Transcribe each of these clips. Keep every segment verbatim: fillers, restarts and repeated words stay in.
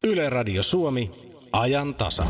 Yle Radio Suomi, ajan tasa.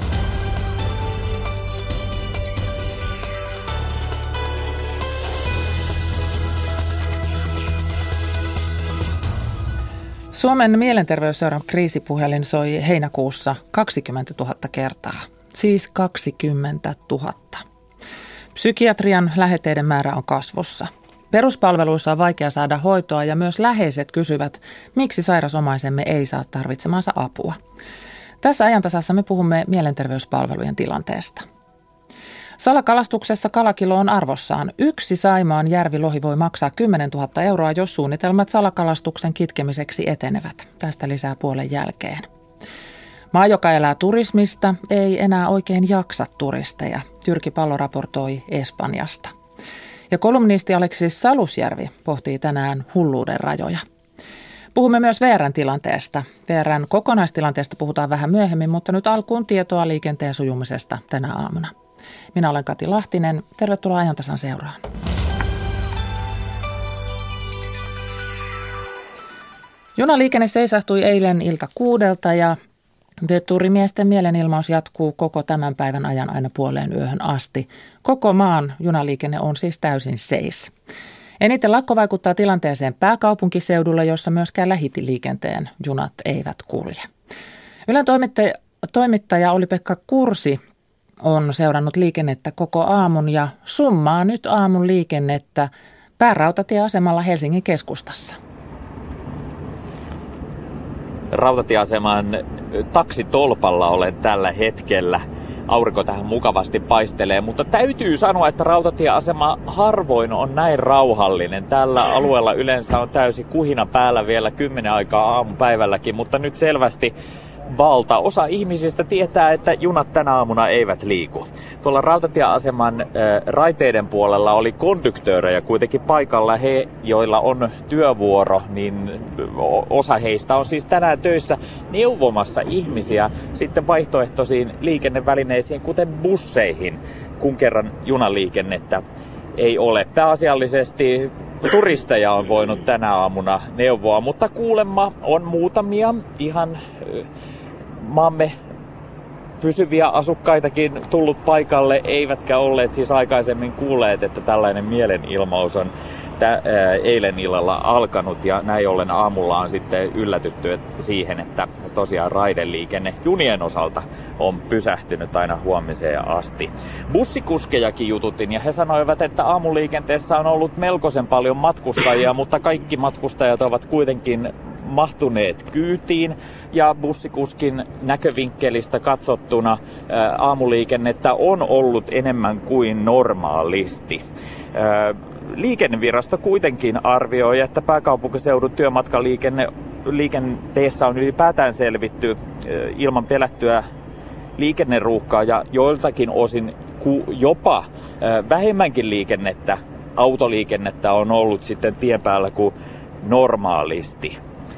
Suomen mielenterveysseuran kriisipuhelin soi heinäkuussa kaksikymmentätuhatta kertaa, siis kaksikymmentätuhatta. Psykiatrian läheteiden määrä on kasvussa. Peruspalveluissa on vaikea saada hoitoa ja myös läheiset kysyvät, miksi sairasomaisemme ei saa tarvitsemansa apua. Tässä ajantasassa me puhumme mielenterveyspalvelujen tilanteesta. Salakalastuksessa kalakilo on arvossaan. Yksi Saimaan järvilohi voi maksaa kymmenentuhatta euroa, jos suunnitelmat salakalastuksen kitkemiseksi etenevät. Tästä lisää puolen jälkeen. Maa, joka elää turismista, ei enää oikein jaksa turisteja. Jyrki Pallo raportoi Espanjasta. Ja kolumnisti Aleksis Salusjärvi pohtii tänään hulluuden rajoja. Puhumme myös V R:n tilanteesta. V R:n kokonaistilanteesta puhutaan vähän myöhemmin, mutta nyt alkuun tietoa liikenteen sujumisesta tänä aamuna. Minä olen Kati Lahtinen. Tervetuloa ajantasan seuraan. Junaliikenne seisahtui eilen ilta kuudelta ja veturimiesten mielenilmaus jatkuu koko tämän päivän ajan aina puoleen yöhön asti. Koko maan junaliikenne on siis täysin seis. Eniten lakko vaikuttaa tilanteeseen pääkaupunkiseudulla, jossa myöskään lähiliikenteen junat eivät kulje. Ylen toimittaja, toimittaja Olli-Pekka Kursi on seurannut liikennettä koko aamun ja summaa nyt aamun liikennettä päärautatieasemalla Helsingin keskustassa. Rautatieaseman taksitolpalla olen tällä hetkellä. Aurinko tähän mukavasti paistelee, mutta täytyy sanoa, että rautatieasema harvoin on näin rauhallinen. Tällä alueella yleensä on täysi kuhina päällä vielä kymmenen aikaa aamupäivälläkin, mutta nyt selvästi valtaosa ihmisistä tietää, että junat tänä aamuna eivät liiku. Tuolla rautatieaseman äh, raiteiden puolella oli konduktöörejä kuitenkin paikalla. He, joilla on työvuoro, niin osa heistä on siis tänään töissä neuvomassa ihmisiä sitten vaihtoehtoisiin liikennevälineisiin, kuten busseihin, kun kerran junaliikennettä ei ole. Pääasiallisesti turisteja on voinut tänä aamuna neuvoa, mutta kuulemma on muutamia ihan maamme pysyviä asukkaitakin tullut paikalle, eivätkä olleet siis aikaisemmin kuulleet, että tällainen mielenilmaus on tä- eilen illalla alkanut, ja näin ollen aamulla on sitten yllätytty siihen, että tosiaan raideliikenne junien osalta on pysähtynyt aina huomiseen asti. Bussikuskejakin jututin, ja he sanoivat, että aamuliikenteessä on ollut melkoisen paljon matkustajia, mutta kaikki matkustajat ovat kuitenkin mahtuneet kyytiin, ja bussikuskin näkövinkkelistä katsottuna ää, aamuliikennettä on ollut enemmän kuin normaalisti. Ää, liikennevirasto kuitenkin arvioi, että pääkaupunkiseudun työmatkaliikenne liikenteessä on ylipäätään selvitty ää, ilman pelättyä liikenneruuhkaa, ja joiltakin osin ku, jopa ää, vähemmänkin liikennettä, autoliikennettä on ollut sitten tien päällä kuin normaalisti.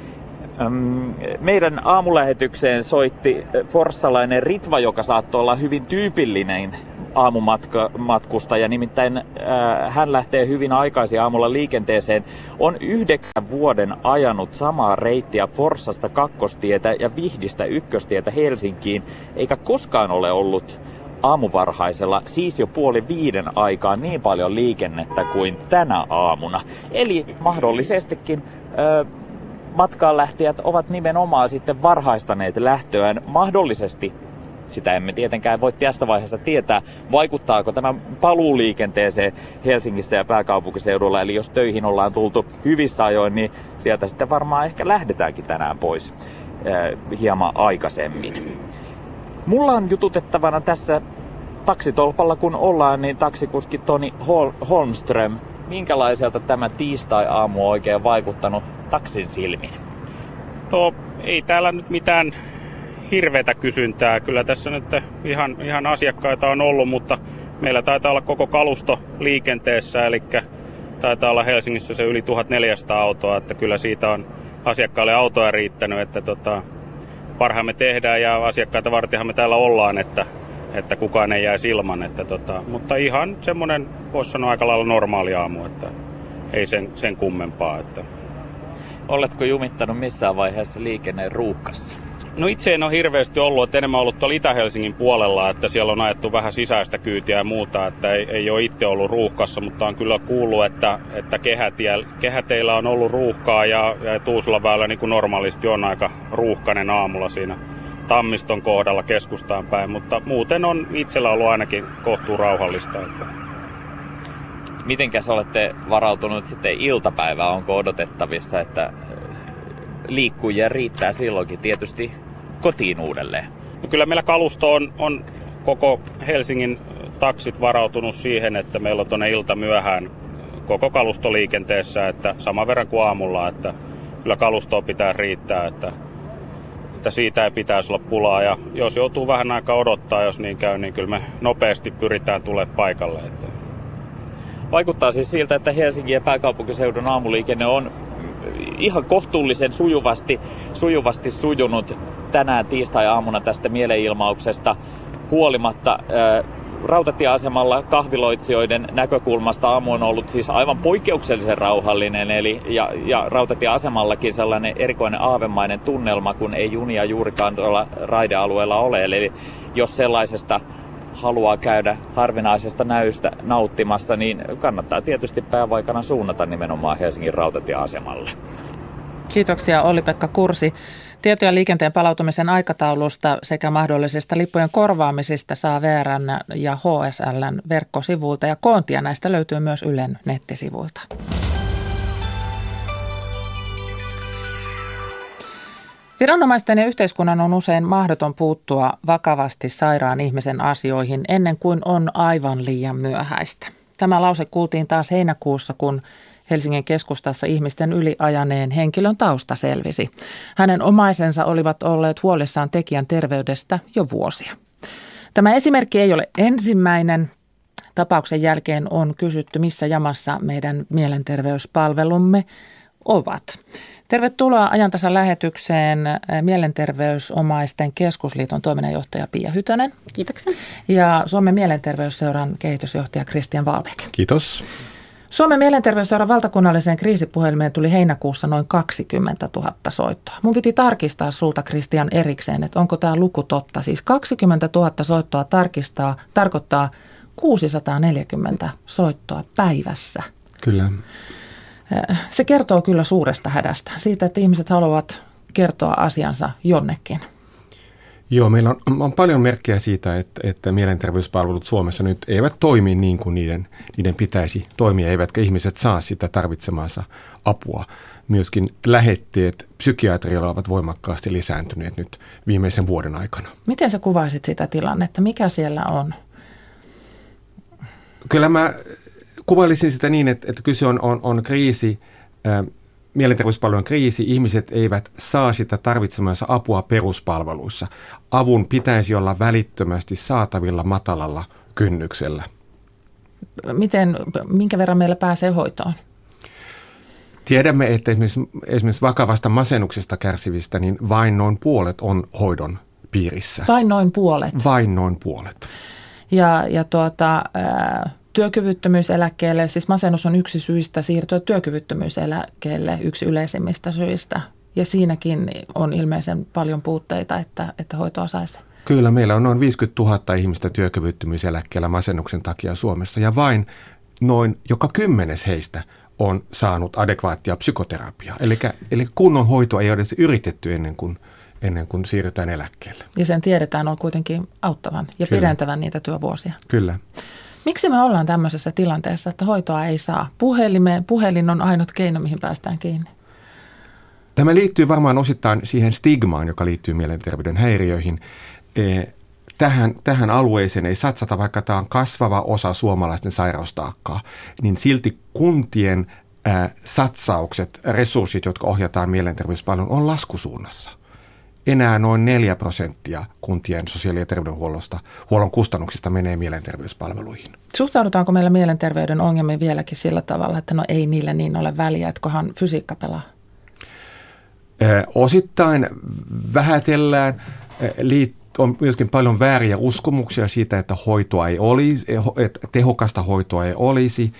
Meidän aamulähetykseen soitti forssalainen Ritva, joka saattoi olla hyvin tyypillinen aamumatkustaja, nimittäin äh, hän lähtee hyvin aikaisin aamulla liikenteeseen. On yhdeksän vuoden ajanut samaa reittiä Forssasta kakkostietä ja Vihdistä ykköstietä Helsinkiin, eikä koskaan ole ollut aamuvarhaisella, siis jo puoli viiden aikaan, niin paljon liikennettä kuin tänä aamuna. Eli mahdollisestikin äh, matkaanlähtijät ovat nimenomaan sitten varhaistaneet lähtöään. Mahdollisesti, sitä emme tietenkään voi tässä vaiheessa tietää, vaikuttaako tämä paluuliikenteeseen Helsingissä ja pääkaupunkiseudulla. Eli jos töihin ollaan tultu hyvissä ajoin, niin sieltä sitten varmaan ehkä lähdetäänkin tänään pois äh, hieman aikaisemmin. Mulla on jututettavana tässä taksitolpalla, kun ollaan, niin taksikuski Toni Hol- Holmström. Minkälaiselta tämä tiistai-aamu on oikein vaikuttanut taksin silmin? No ei täällä nyt mitään hirveätä kysyntää. Kyllä tässä nyt ihan, ihan asiakkaita on ollut, mutta meillä taitaa olla koko kalusto liikenteessä, eli taitaa olla Helsingissä se yli tuhatneljäsataa autoa, että kyllä siitä on asiakkaille autoja riittänyt, että tota, parhaamme tehdään ja asiakkaita vartenhan me täällä ollaan, että että kukaan ei jäisi ilman, että tota, mutta ihan semmoinen, voisi sanoa aika lailla normaali aamu, että ei sen, sen kummempaa. Että. Oletko jumittanut missään vaiheessa liikenneruuhkassa? No itse en ole hirveästi ollut, että enemmän ollut tuolla Itä-Helsingin puolella, että siellä on ajettu vähän sisäistä kyytiä ja muuta, että ei, ei ole itse ollut ruuhkassa, mutta on kyllä kuullut, että, että kehätie, kehäteillä on ollut ruuhkaa ja, ja Tuusulanväylä niin kuin normaalisti on aika ruuhkainen aamulla siinä Tammiston kohdalla keskustaan päin, mutta muuten on itsellä ollut ainakin kohtuu rauhallista. Että. Mitenkäs olette varautunut sitten iltapäivään? Onko odotettavissa, että liikkujia riittää silloinkin tietysti kotiin uudelleen? No kyllä meillä kalusto on, on koko Helsingin taksit varautunut siihen, että meillä on tuonne ilta myöhään koko kalusto liikenteessä, että saman verran kuin aamulla, että kyllä kalustoa pitää riittää, että, että siitä ei pitäisi olla pulaa. Ja jos joutuu vähän aikaa odottaa, jos niin käy, niin kyllä me nopeasti pyritään tulemaan paikalle. Että. Vaikuttaa siis siltä, että Helsingin ja pääkaupunkiseudun aamuliikenne on ihan kohtuullisen sujuvasti, sujuvasti sujunut tänään tiistai-aamuna tästä mielenilmauksesta huolimatta. Rautatieasemalla kahviloitsijoiden näkökulmasta aamu on ollut siis aivan poikkeuksellisen rauhallinen, eli ja, ja rautatieasemallakin sellainen erikoinen aavemainen tunnelma, kun ei junia juurikaan tuolla raidealueella ole. Eli jos sellaisesta haluaa käydä harvinaisesta näystä nauttimassa, niin kannattaa tietysti päävaikana suunnata nimenomaan Helsingin rautatieasemalle. Kiitoksia Olli-Pekka Kursi. Tietoja liikenteen palautumisen aikataulusta sekä mahdollisista lippujen korvaamisista saa V R:n ja H S L:n verkkosivuilta ja koontia näistä löytyy myös Ylen nettisivuilta. Viranomaisten ja yhteiskunnan on usein mahdoton puuttua vakavasti sairaan ihmisen asioihin ennen kuin on aivan liian myöhäistä. Tämä lause kuultiin taas heinäkuussa, kun Helsingin keskustassa ihmisten yliajaneen henkilön tausta selvisi. Hänen omaisensa olivat olleet huolissaan tekijän terveydestä jo vuosia. Tämä esimerkki ei ole ensimmäinen. Tapauksen jälkeen on kysytty, missä jamassa meidän mielenterveyspalvelumme ovat. Tervetuloa Ajantasan lähetykseen Mielenterveysomaisten keskusliiton toiminnanjohtaja Pia Hytönen. Kiitoksia. Ja Suomen mielenterveysseuran kehitysjohtaja Christian Wahlbeck. Kiitos. Suomen mielenterveysseuran valtakunnalliseen kriisipuhelimeen tuli heinäkuussa noin kaksikymmentätuhatta soittoa. Mun piti tarkistaa sulta, Christian, erikseen, että onko tämä luku totta. Siis kaksikymmentätuhatta soittoa tarkistaa, tarkoittaa kuusisataaneljäkymmentä soittoa päivässä. Kyllä. Se kertoo kyllä suuresta hädästä, siitä, että ihmiset haluavat kertoa asiansa jonnekin. Joo, meillä on, on paljon merkkejä siitä, että, että mielenterveyspalvelut Suomessa nyt eivät toimi niin kuin niiden, niiden pitäisi toimia, eivätkä ihmiset saa sitä tarvitsemaansa apua. Myöskin lähetteet psykiatrialla ovat voimakkaasti lisääntyneet nyt viimeisen vuoden aikana. Miten sä kuvaisit sitä tilannetta? Mikä siellä on? Kyllä mä kuvailisin sitä niin, että, että kyse on, on, on kriisi, ää, mielenterveyspalvelujen kriisi. Ihmiset eivät saa sitä tarvitsemansa apua peruspalveluissa. Avun pitäisi olla välittömästi saatavilla matalalla kynnyksellä. Miten, minkä verran meillä pääsee hoitoon? Tiedämme, että esimerkiksi, esimerkiksi vakavasta masennuksesta kärsivistä, niin vain noin puolet on hoidon piirissä. Vain noin puolet? Vain noin puolet. Ja, ja tuota... Ää... Työkyvyttömyyseläkkeelle, siis masennus on yksi syistä siirtyä työkyvyttömyyseläkkeelle, yksi yleisimmistä syistä. Ja siinäkin on ilmeisen paljon puutteita, että, että hoitoa saisi. Kyllä, meillä on noin viisikymmentätuhatta ihmistä työkyvyttömyyseläkkeellä masennuksen takia Suomessa. Ja vain noin joka kymmenes heistä on saanut adekvaattia psykoterapiaa. Eli, eli kunnon hoitoa ei ole edes yritetty ennen kuin, ennen kuin siirrytään eläkkeelle. Ja sen tiedetään on kuitenkin auttavan ja Kyllä. pidentävän niitä työvuosia. Kyllä. Miksi me ollaan tämmöisessä tilanteessa, että hoitoa ei saa? Puhelime, puhelin on ainut keino, mihin päästään kiinni. Tämä liittyy varmaan osittain siihen stigmaan, joka liittyy mielenterveyden häiriöihin. Tähän, tähän alueeseen ei satsata, vaikka tämä on kasvava osa suomalaisten sairaustaakkaa, niin silti kuntien satsaukset, resurssit, jotka ohjataan mielenterveyspalveluun, on laskusuunnassa. Enää noin neljä prosenttia kuntien sosiaali- ja terveydenhuollosta huollon kustannuksista menee mielenterveyspalveluihin. Suhtaudutaanko meillä mielenterveyden ongelmiin vieläkin sillä tavalla, että no ei niillä niin ole väliä, että kohan fysiikka pelaa? Ö, osittain vähätellään, on myöskin paljon vääriä uskomuksia siitä, että hoitoa ei olisi, että tehokasta hoitoa ei olisi.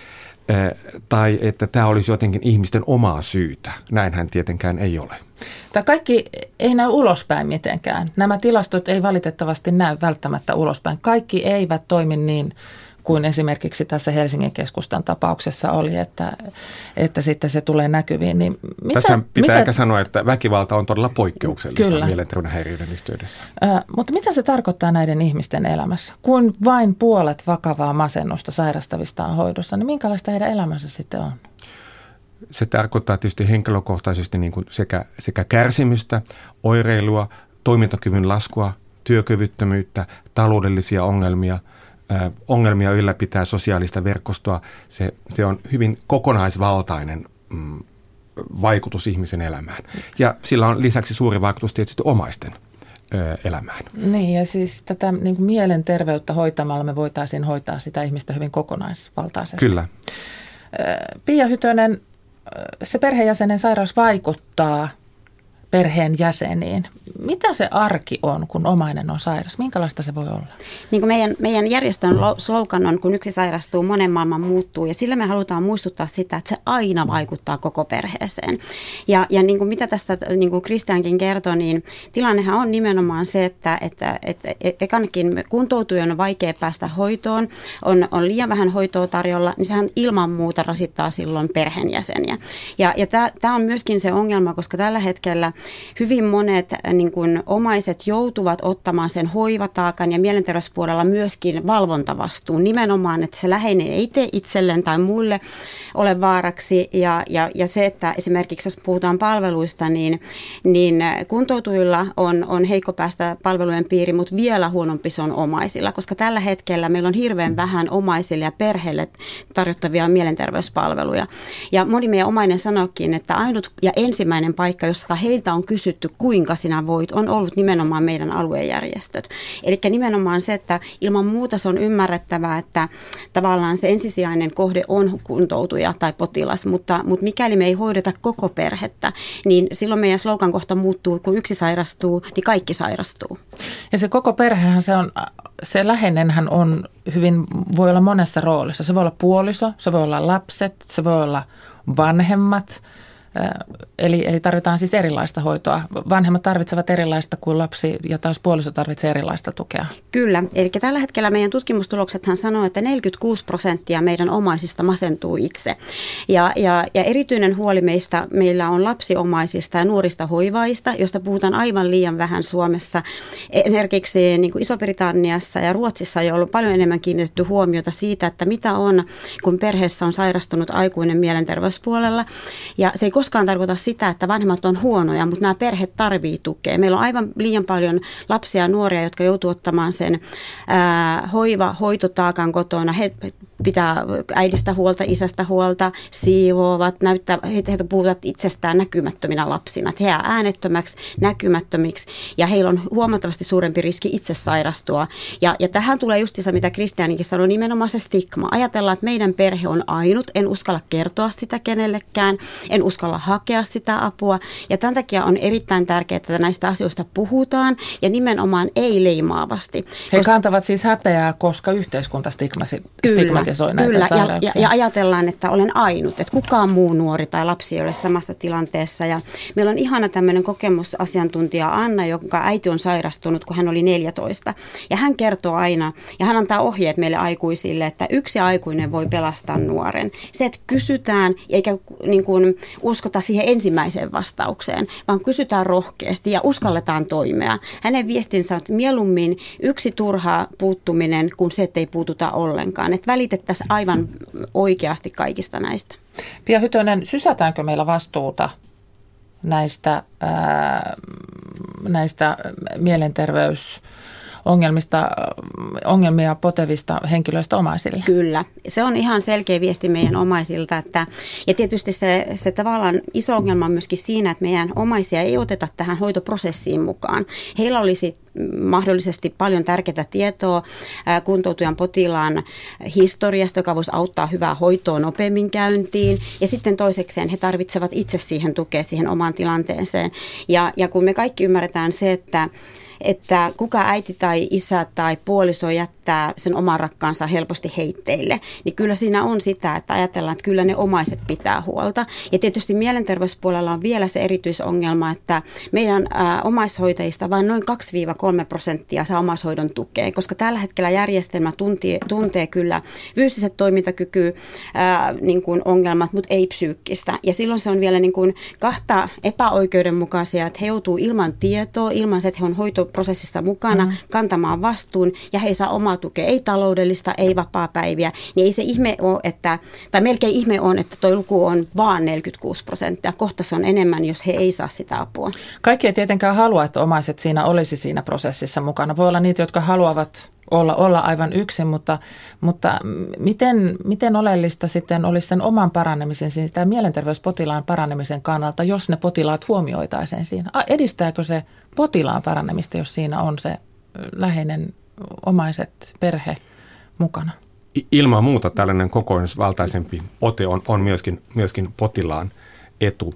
tai että tämä olisi jotenkin ihmisten omaa syytä. Näinhän tietenkään ei ole. Tämä kaikki ei näy ulospäin mitenkään. Nämä tilastot ei valitettavasti näy välttämättä ulospäin. Kaikki eivät toimi niin kuin esimerkiksi tässä Helsingin keskustan tapauksessa oli, että, että sitten se tulee näkyviin. Niin mitä, tässä pitää mitä, ehkä sanoa, että väkivalta on todella poikkeuksellista kyllä. mielenterveyden häiriöiden yhteydessä. Äh, mutta mitä se tarkoittaa näiden ihmisten elämässä? Kun vain puolet vakavaa masennusta sairastavista on hoidossa, niin minkälaista heidän elämänsä sitten on? Se tarkoittaa tietysti henkilökohtaisesti niin kuin sekä, sekä kärsimystä, oireilua, toimintakyvyn laskua, työkyvyttömyyttä, taloudellisia ongelmia, äh, ongelmia ylläpitää sosiaalista verkostoa. Se, se on hyvin kokonaisvaltainen mm, vaikutus ihmisen elämään. Ja sillä on lisäksi suuri vaikutus tietysti omaisten ö, elämään. Niin, ja siis tätä niin kuin mielenterveyttä hoitamalla me voitaisiin hoitaa sitä ihmistä hyvin kokonaisvaltaisesti. Kyllä. Pia Hytönen, se perheenjäsenen sairaus vaikuttaa perheenjäseniin. Mitä se arki on, kun omainen on sairas? Minkälaista se voi olla? Niin kuin meidän, meidän järjestön slogan on, kun yksi sairastuu, monen maailman muuttuu. Ja sillä me halutaan muistuttaa sitä, että se aina vaikuttaa koko perheeseen. Ja, ja niin kuin mitä tästä niin kuin Kristiankin kertoi, niin tilannehan on nimenomaan se, että, että, että ekanakin kuntoutujan on vaikea päästä hoitoon, on, on liian vähän hoitoa tarjolla, niin sehän ilman muuta rasittaa silloin perheenjäseniä. Ja, ja tämä on myöskin se ongelma, koska tällä hetkellä hyvin monet niin kuin omaiset joutuvat ottamaan sen hoivataakan ja mielenterveyspuolella myöskin valvontavastuun nimenomaan, että se läheinen ei tee itselleen tai muille ole vaaraksi. Ja, ja, ja se, että esimerkiksi jos puhutaan palveluista, niin, niin kuntoutujilla on, on heikko päästä palvelujen piiriin, mutta vielä huonompi se on omaisilla, koska tällä hetkellä meillä on hirveän vähän omaisille ja perheille tarjottavia mielenterveyspalveluja. Ja moni meidän omainen sanoikin, että ainut ja ensimmäinen paikka, jossa heiltä on kysytty, kuinka sinä voit, on ollut nimenomaan meidän aluejärjestöt. Eli nimenomaan se, että ilman muuta se on ymmärrettävää, että tavallaan se ensisijainen kohde on kuntoutuja tai potilas, mutta, mutta mikäli me ei hoideta koko perhettä, niin silloin meidän slogan kohta muuttuu, kun yksi sairastuu, niin kaikki sairastuu. Ja se koko perhehän, se on, se läheinenhän on hyvin, voi olla monessa roolissa. Se voi olla puoliso, se voi olla lapset, se voi olla vanhemmat. Eli, eli tarvitaan siis erilaista hoitoa. Vanhemmat tarvitsevat erilaista kuin lapsi ja taas puoliso tarvitsee erilaista tukea. Kyllä. Eli tällä hetkellä meidän tutkimustuloksethan sanoo, että neljäkymmentäkuusi prosenttia meidän omaisista masentuu itse. Ja, ja, ja erityinen huoli meistä meillä on lapsiomaisista ja nuorista hoivaista, josta puhutaan aivan liian vähän Suomessa. Esimerkiksi niin kuin Iso-Britanniassa ja Ruotsissa on ollut paljon enemmän kiinnitetty huomiota siitä, että mitä on, kun perheessä on sairastunut aikuinen mielenterveyspuolella. Ja se ei koskaan tarkoita sitä, että vanhemmat on huonoja, mutta nämä perheet tarvitsee tukea. Meillä on aivan liian paljon lapsia ja nuoria, jotka joutuu ottamaan sen ää, hoiva, hoitotaakan kotona. He pitää äidistä huolta, isästä huolta, siivoavat, näyttää, he puhuvat itsestään näkymättöminä lapsina. Että he jää äänettömäksi, näkymättömiksi ja heillä on huomattavasti suurempi riski itse sairastua. Ja, ja tähän tulee justiinsa, mitä Kristianikin sanoi, nimenomaan se stigma. Ajatellaan, että meidän perhe on ainut, en uskalla kertoa sitä kenellekään, en uskalla hakea sitä apua. Ja tämän takia on erittäin tärkeää, että näistä asioista puhutaan ja nimenomaan ei leimaavasti. He koska kantavat siis häpeää, koska yhteiskunta stigmasi, stigmatisoi näitä kyllä. sairauksia. Ja, ja ajatellaan, että olen ainut, että kukaan muu nuori tai lapsi ei ole samassa tilanteessa. Ja meillä on ihana tämmöinen kokemusasiantuntija Anna, jonka äiti on sairastunut, kun hän oli neljätoista. Ja hän kertoo aina, ja hän antaa ohjeet meille aikuisille, että yksi aikuinen voi pelastaa nuoren. Se, että kysytään, eikä niin kuin uskota siihen ensimmäiseen vastaukseen, vaan kysytään rohkeasti ja uskalletaan toimia. Hänen viestinsä on, että mieluummin yksi turha puuttuminen kuin se, että ei puututa ollenkaan. Että välitettäisiin aivan oikeasti kaikista näistä. Pia Hytönen, sysätäänkö meillä vastuuta näistä, ää, näistä mielenterveys ongelmista, ongelmia potevista henkilöistä omaisille? Kyllä. Se on ihan selkeä viesti meidän omaisilta. Että, ja tietysti se, se tavallaan iso ongelma on myöskin siinä, että meidän omaisia ei oteta tähän hoitoprosessiin mukaan. Heillä olisi mahdollisesti paljon tärkeää tietoa kuntoutujan potilaan historiasta, joka voisi auttaa hyvää hoitoa nopeammin käyntiin. Ja sitten toisekseen he tarvitsevat itse siihen tukea siihen omaan tilanteeseen. Ja, ja kun me kaikki ymmärretään se, että että kuka äiti tai isä tai puoliso jättää sen oman rakkaansa helposti heitteille, niin kyllä siinä on sitä, että ajatellaan, että kyllä ne omaiset pitää huolta. Ja tietysti mielenterveyspuolella on vielä se erityisongelma, että meidän ää, omaishoitajista vain noin kaksi kolme prosenttia saa omaishoidon tukea, koska tällä hetkellä järjestelmä tuntee, tuntee kyllä fyysiset toimintakyky ää, niin kuin ongelmat, mutta ei psyykkistä. Ja silloin se on vielä niin kuin kahta epäoikeudenmukaisia, että he joutuu ilman tietoa, ilman se, että he on hoitoprosessissa mukana mm. kantamaan vastuun ja he ei saa omaa tukea, ei taloudellista, ei vapaapäiviä. Niin ei se ihme ole, että, tai melkein ihme on, että tuo luku on vaan neljäkymmentäkuusi prosenttia. Kohta se on enemmän, jos he ei saa sitä apua. Kaikki ei tietenkään halua, että omaiset siinä olisi siinä prosessissa mukana. Voi olla niitä, jotka haluavat olla, olla aivan yksin, mutta, mutta miten, miten oleellista sitten olisi sen oman paranemisen, siis tämä mielenterveyspotilaan paranemisen kannalta, jos ne potilaat huomioitaisiin siinä? Edistääkö se potilaan paranemista, jos siinä on se läheinen omaiset, perhe mukana? Ilman muuta tällainen kokonaisvaltaisempi ote on, on myöskin, myöskin potilaan etu.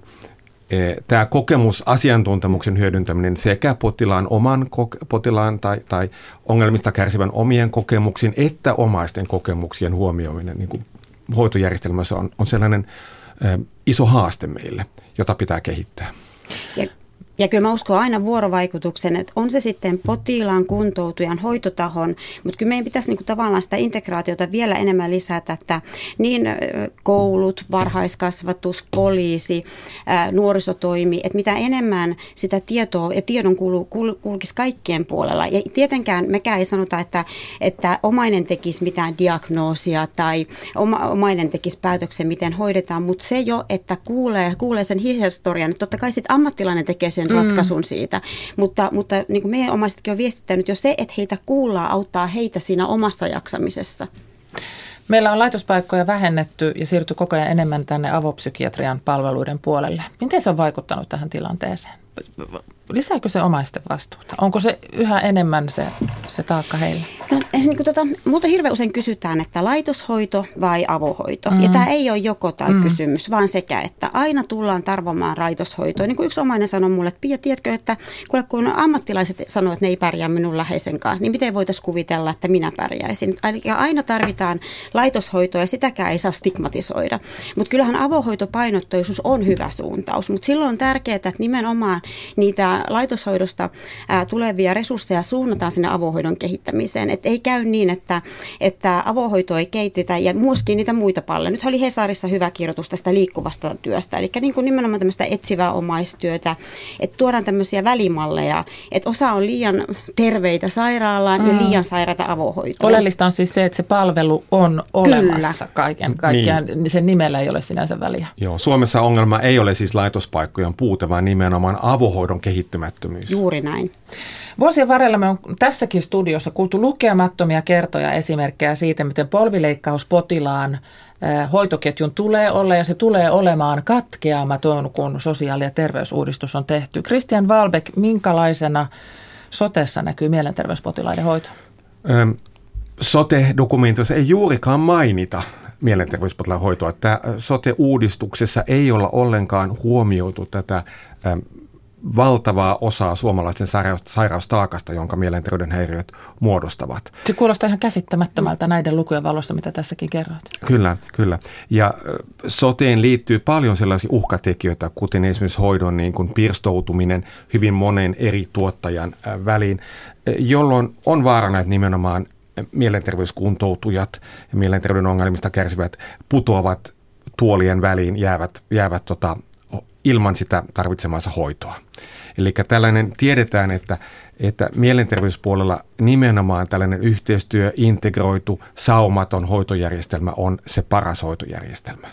Tämä kokemus, asiantuntemuksen hyödyntäminen sekä potilaan oman potilaan tai, tai ongelmista kärsivän omien kokemuksiin että omaisten kokemuksien huomioiminen niin kuin hoitojärjestelmässä on, on sellainen ä, iso haaste meille, jota pitää kehittää. Ja, ja kyllä mä uskon aina vuorovaikutuksen, että on se sitten potilaan, kuntoutujan, hoitotahon, mutta kyllä meidän pitäisi niinku tavallaan sitä integraatiota vielä enemmän lisätä, että niin koulut, varhaiskasvatus, poliisi, ää, nuorisotoimi, että mitä enemmän sitä tietoa ja tiedon kul, kul, kulkisi kaikkien puolella. Ja tietenkään mekään ei sanota, että, että omainen tekisi mitään diagnoosia tai oma, omainen tekisi päätöksen, miten hoidetaan, mutta se jo, että kuulee, kuulee sen historian, että totta kai sitten ammattilainen tekee sen ratkaisun siitä, mutta, mutta niin kuin meidän omaisetkin on viestittänyt jo se, että heitä kuullaan, auttaa heitä siinä omassa jaksamisessa. Meillä on laitospaikkoja vähennetty ja siirtyy koko ajan enemmän tänne avopsykiatrian palveluiden puolelle. Miten se on vaikuttanut tähän tilanteeseen? Lisääkö se omaisten vastuuta? Onko se yhä enemmän se, se taakka heille? No, niin kuin tota, multa hirveän usein kysytään, että laitoshoito vai avohoito. Mm. Ja tämä ei ole joko tai mm. kysymys, vaan sekä, että aina tullaan tarvomaan laitoshoitoa. Niin kuin yksi omainen sanoi mulle, että Pia, tiedätkö, että kun ammattilaiset sanoo, että ne ei pärjää minun läheisenkaan, niin miten voitaisiin kuvitella, että minä pärjäisin? Eli aina tarvitaan laitoshoitoa ja sitäkään ei saa stigmatisoida. Mutta kyllähän avohoitopainotteisuus on hyvä suuntaus, mutta silloin on tärkeää, että nimenomaan niitä laitoshoidosta ää, tulevia resursseja suunnataan sinne avohoidon kehittämiseen. Että ei käy niin, että, että avohoitoa ei kehitetä ja myöskin niitä muita palveluja. Nyt oli Hesarissa hyvä kirjoitus tästä liikkuvasta työstä, eli niin kuin nimenomaan tämmöistä etsivää omaistyötä, että tuodaan tämmöisiä välimalleja, että osa on liian terveitä sairaalaan mm. ja liian sairaita avohoitoon. Oleellista on siis se, että se palvelu on olemassa kaiken kaikkiaan. Niin. Sen nimellä ei ole sinänsä väliä. Joo, Suomessa ongelma ei ole siis laitospaikkojen puute, vaan nimenomaan avohoidon kehittymättömyys. Juuri näin. Vuosien varrella me on tässäkin studiossa kuultu lukemattomia kertoja esimerkkejä siitä, miten polvileikkauspotilaan hoitoketjun tulee olla ja se tulee olemaan katkeamaton, kun sosiaali- ja terveysuudistus on tehty. Christian Wahlbeck, minkälaisena sotessa näkyy mielenterveyspotilaiden hoito? Öm, sote-dokumentissa ei juurikaan mainita mielenterveyspotilaan hoitoa. Tämä sote-uudistuksessa ei olla ollenkaan huomioitu tätä äm, valtavaa osaa suomalaisten sairaustaakasta, jonka mielenterveyden häiriöt muodostavat. Se kuulostaa ihan käsittämättömältä näiden lukujen valosta, mitä tässäkin kerroit. Kyllä, kyllä. Ja soteen liittyy paljon sellaisia uhkatekijöitä, kuten esimerkiksi hoidon niin kuin pirstoutuminen hyvin monen eri tuottajan väliin, jolloin on vaarana, että nimenomaan mielenterveyskuntoutujat ja mielenterveyden ongelmista kärsivät putoavat tuolien väliin, jäävät, jäävät tota, ilman sitä tarvitsemansa hoitoa. Eli tällainen tiedetään, että, että mielenterveyspuolella nimenomaan tällainen yhteistyö, integroitu, saumaton hoitojärjestelmä on se paras hoitojärjestelmä.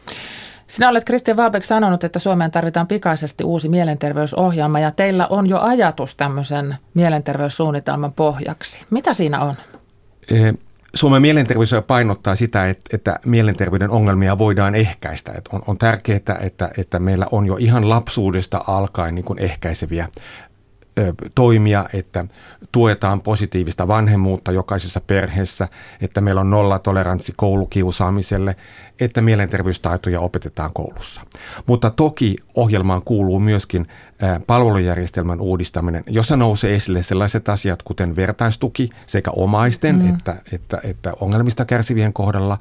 Sinä olet, Christian Wahlbeck, sanonut, että Suomeen tarvitaan pikaisesti uusi mielenterveysohjelma ja teillä on jo ajatus tämmöisen mielenterveyssuunnitelman pohjaksi. Mitä siinä on? E- Suomen mielenterveys painottaa sitä, että, että mielenterveyden ongelmia voidaan ehkäistä. Että on, on tärkeää, että, että meillä on jo ihan lapsuudesta alkaen niin kuin ehkäiseviä toimia, että tuetaan positiivista vanhemmuutta jokaisessa perheessä, että meillä on nollatoleranssi koulukiusaamiselle, että mielenterveystaitoja opetetaan koulussa. Mutta toki ohjelmaan kuuluu myöskin palvelujärjestelmän uudistaminen, jossa nousee esille sellaiset asiat, kuten vertaistuki sekä omaisten mm. että, että, että ongelmista kärsivien kohdalla,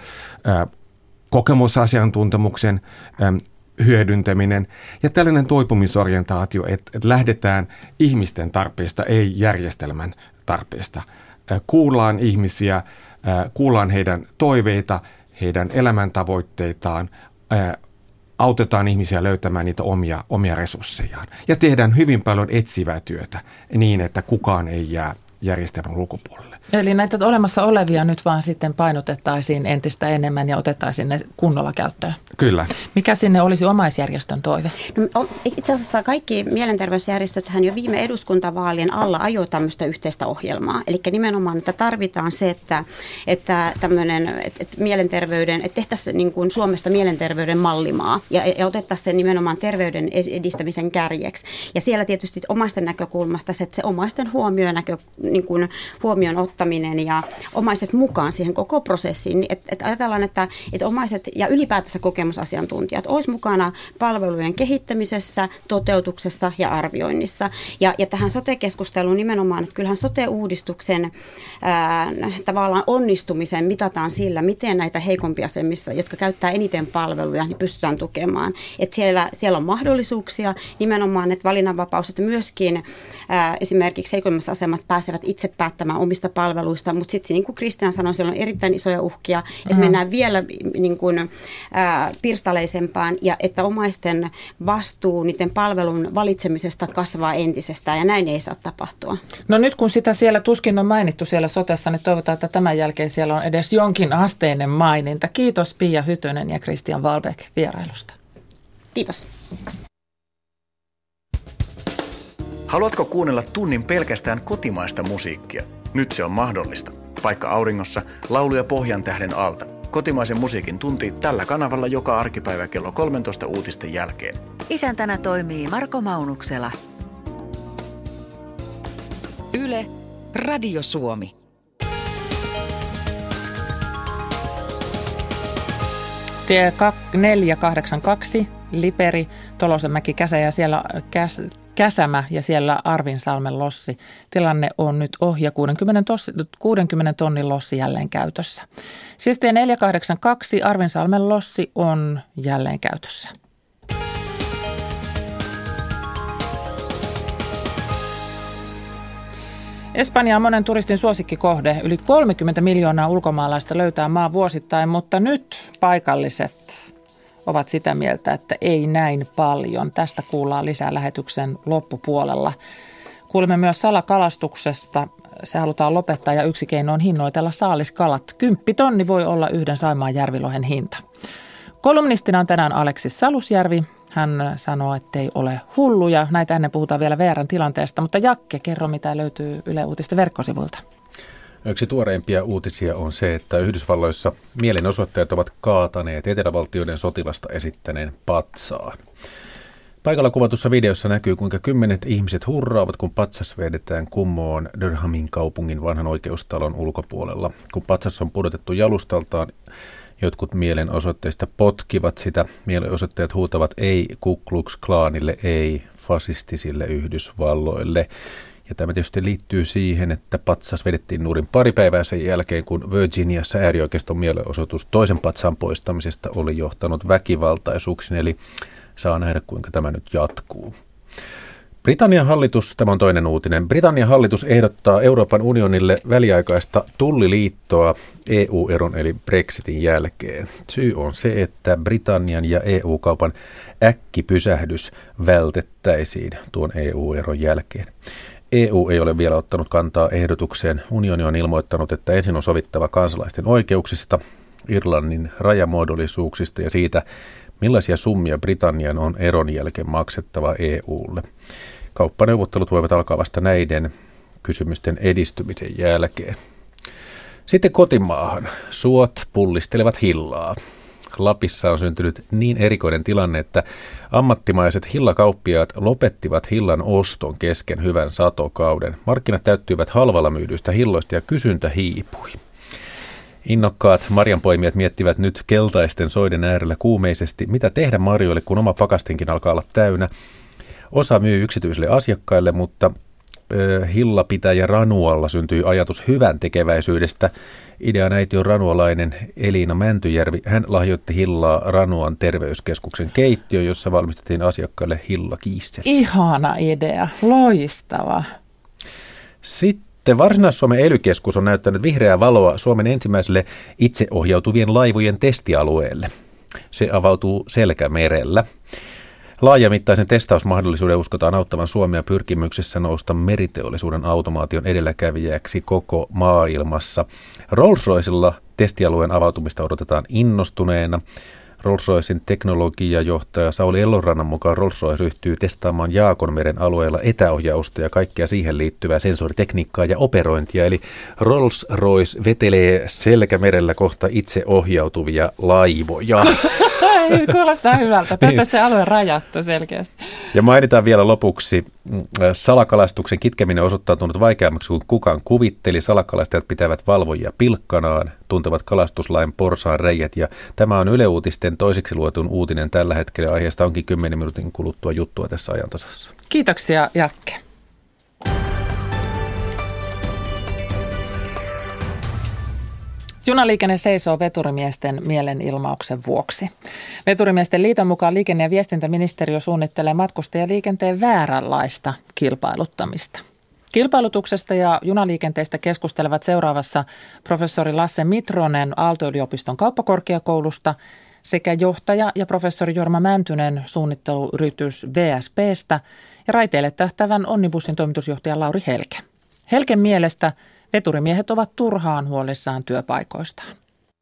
kokemusasiantuntemuksen hyödyntäminen ja tällainen toipumisorientaatio, että, että lähdetään ihmisten tarpeesta, ei järjestelmän tarpeesta. Kuullaan ihmisiä, kuullaan heidän toiveita, heidän elämäntavoitteitaan, autetaan ihmisiä löytämään niitä omia, omia resurssejaan ja tehdään hyvin paljon etsivää työtä niin, että kukaan ei jää järjestelmän ulkopuolelle. Eli näitä olemassa olevia nyt vaan sitten painotettaisiin entistä enemmän ja otettaisiin ne kunnolla käyttöön. Kyllä. Mikä sinne olisi omaisjärjestön toive? No, itse asiassa kaikki mielenterveysjärjestöthän jo viime eduskuntavaalien alla ajoi tämmöistä yhteistä ohjelmaa. Eli nimenomaan, että tarvitaan se, että, että tämmöinen että, että mielenterveyden, että tehtäisiin niin kuin Suomesta mielenterveyden mallimaa ja, ja otettaisiin se nimenomaan terveyden edistämisen kärjeksi. Ja siellä tietysti omaisten näkökulmasta se, että se omaisten huomioon, näkö, niin kuin huomioon ottaminen ja omaiset mukaan siihen koko prosessiin. Että et ajatellaan, että et omaiset ja ylipäätänsä kokemusasiantuntijat olisi mukana palvelujen kehittämisessä, toteutuksessa ja arvioinnissa. Ja, ja tähän sote-keskusteluun nimenomaan, että kyllähän sote-uudistuksen ää, tavallaan onnistumisen mitataan sillä, miten näitä heikompia asemissa, jotka käyttää eniten palveluja, niin pystytään tukemaan. Että siellä, siellä on mahdollisuuksia nimenomaan, että valinnanvapaus, että myöskin ää, esimerkiksi heikommassa asemat pääsevät itse päättämään omista palveluista, mutta sitten niin kuin Kristian sanoi, siellä on erittäin isoja uhkia, että mm. mennään vielä niin kuin, ää, pirstaleisempaan ja että omaisten vastuu niiden palvelun valitsemisesta kasvaa entisestään ja näin ei saa tapahtua. No nyt kun sitä siellä tuskin on mainittu siellä sotessa, niin toivotaan, että tämän jälkeen siellä on edes jonkin asteinen maininta. Kiitos Pia Hytönen ja Kristian Wahlbeck vierailusta. Kiitos. Haluatko kuunnella tunnin pelkästään kotimaista musiikkia? Nyt se on mahdollista. Paikka auringossa, lauluja Pohjantähden alta. Kotimaisen musiikin tunti tällä kanavalla joka arkipäivä kello kolmetoista uutisten jälkeen. Isäntänä toimii Marko Maunuksela. Yle, Radio Suomi. Tie neljä kahdeksan kaksi, Liperi, Tolosenmäki, Käsä ja siellä Käs, Käsämä ja siellä Arvinsalmen lossi. Tilanne on nyt ohi ja kuudenkymmenen tonnin lossi jälleen käytössä. Siis tie neljä kahdeksan kaksi, Arvinsalmen lossi on jälleen käytössä. Espanja on monen turistin suosikkikohde. Yli kolmekymmentä miljoonaa ulkomaalaista löytää maa vuosittain, mutta nyt paikalliset ovat sitä mieltä, että ei näin paljon. Tästä kuullaan lisää lähetyksen loppupuolella. Kuulemme myös salakalastuksesta. Se halutaan lopettaa ja yksi keino on hinnoitella saaliskalat. Kymppitonni voi olla yhden Saimaan järvilohen hinta. Kolumnistina on tänään Aleksis Salusjärvi. Hän sanoo, ettei ole hulluja. Näitä ennen puhutaan vielä V R:n tilanteesta, mutta Jakke, kerro mitä löytyy Yle Uutisten verkkosivuilta. Yksi tuoreimpia uutisia on se, että Yhdysvalloissa mielenosoittajat ovat kaataneet etelävaltioiden sotilasta esittäneen patsaan. Paikalla kuvatussa videossa näkyy, kuinka kymmenet ihmiset hurraavat, kun patsas vedetään kumoon Durhamin kaupungin vanhan oikeustalon ulkopuolella. Kun patsas on pudotettu jalustaltaan, jotkut mielenosoitteista potkivat sitä. Mielenosoittajat huutavat ei Ku Klux Klanille, ei fasistisille Yhdysvalloille. Ja tämä tietysti liittyy siihen, että patsas vedettiin nurin pari päivää sen jälkeen, kun Virginiassa äärioikeiston mielenosoitus toisen patsaan poistamisesta oli johtanut väkivaltaisuuksiin. Eli saa nähdä, kuinka tämä nyt jatkuu. Britannian hallitus, tämä on toinen uutinen, Britannian hallitus ehdottaa Euroopan unionille väliaikaista tulliliittoa E U-eron eli Brexitin jälkeen. Syy on se, että Britannian ja E U-kaupan äkkipysähdys vältettäisiin tuon E U-eron jälkeen. E U ei ole vielä ottanut kantaa ehdotukseen. Unioni on ilmoittanut, että ensin on sovittava kansalaisten oikeuksista, Irlannin rajamuodollisuuksista ja siitä, millaisia summia Britannian on eron jälkeen maksettava E U:lle. Kauppaneuvottelut voivat alkaa vasta näiden kysymysten edistymisen jälkeen. Sitten kotimaahan. Suot pullistelevat hillaa. Lapissa on syntynyt niin erikoinen tilanne, että ammattimaiset hillakauppiaat lopettivat hillan oston kesken hyvän satokauden. Markkinat täyttyivät halvalla myydyistä hilloista ja kysyntä hiipui. Innokkaat marjanpoimijat miettivät nyt keltaisten soiden äärellä kuumeisesti, mitä tehdä marjoille, kun oma pakastinkin alkaa olla täynnä. Osa myy yksityisille asiakkaille, mutta ö, hillapitäjä Ranualla syntyi ajatus hyvän tekeväisyydestä. Idean äiti on ranualainen Elina Mäntyjärvi. Hän lahjoitti hillaa Ranuan terveyskeskuksen keittiöön, jossa valmistettiin asiakkaille hillakiisseli. Ihana idea, loistava. Sitten Varsinais-Suomen E L Y-keskus on näyttänyt vihreää valoa Suomen ensimmäiselle itseohjautuvien laivojen testialueelle. Se avautuu Selkämerellä. Laajamittaisen testausmahdollisuuden uskotaan auttavan Suomea pyrkimyksessä nousta meriteollisuuden automaation edelläkävijäksi koko maailmassa. Rolls-Roycella testialueen avautumista odotetaan innostuneena. Rolls-Roycen teknologiajohtaja Sauli Ellorannan mukaan Rolls-Royce ryhtyy testaamaan Jaakonmeren alueella etäohjausta ja kaikkea siihen liittyvää sensoritekniikkaa ja operointia. Eli Rolls-Royce vetelee Selkämerellä kohta itseohjautuvia laivoja. Ei, kuulostaa hyvältä. Toivottavasti se alue rajattu selkeästi. Ja mainitaan vielä lopuksi, salakalastuksen kitkeminen on osoittautunut vaikeammaksi kuin kukaan kuvitteli. Salakalastajat pitävät valvojia pilkkanaan, tuntevat kalastuslain porsaan reijät. Ja tämä on Yle Uutisten toiseksi luetun uutinen tällä hetkellä. Aiheesta onkin kymmenen minuutin kuluttua juttua tässä ajantasassa. Kiitoksia, Jakke. Junaliikenne seisoo veturimiesten mielenilmauksen vuoksi. Veturimiesten liiton mukaan liikenne- ja viestintäministeriö suunnittelee matkustajaliikenteen vääränlaista kilpailuttamista. Kilpailutuksesta ja junaliikenteestä keskustelevat seuraavassa professori Lasse Mitronen Aalto-yliopiston kauppakorkeakoulusta sekä johtaja ja professori Jorma Mäntynen suunnitteluyritys V S P:stä ja raiteille tähtävän Onnibussin toimitusjohtaja Lauri Helke. Helken mielestä veturimiehet ovat turhaan huolissaan työpaikoistaan.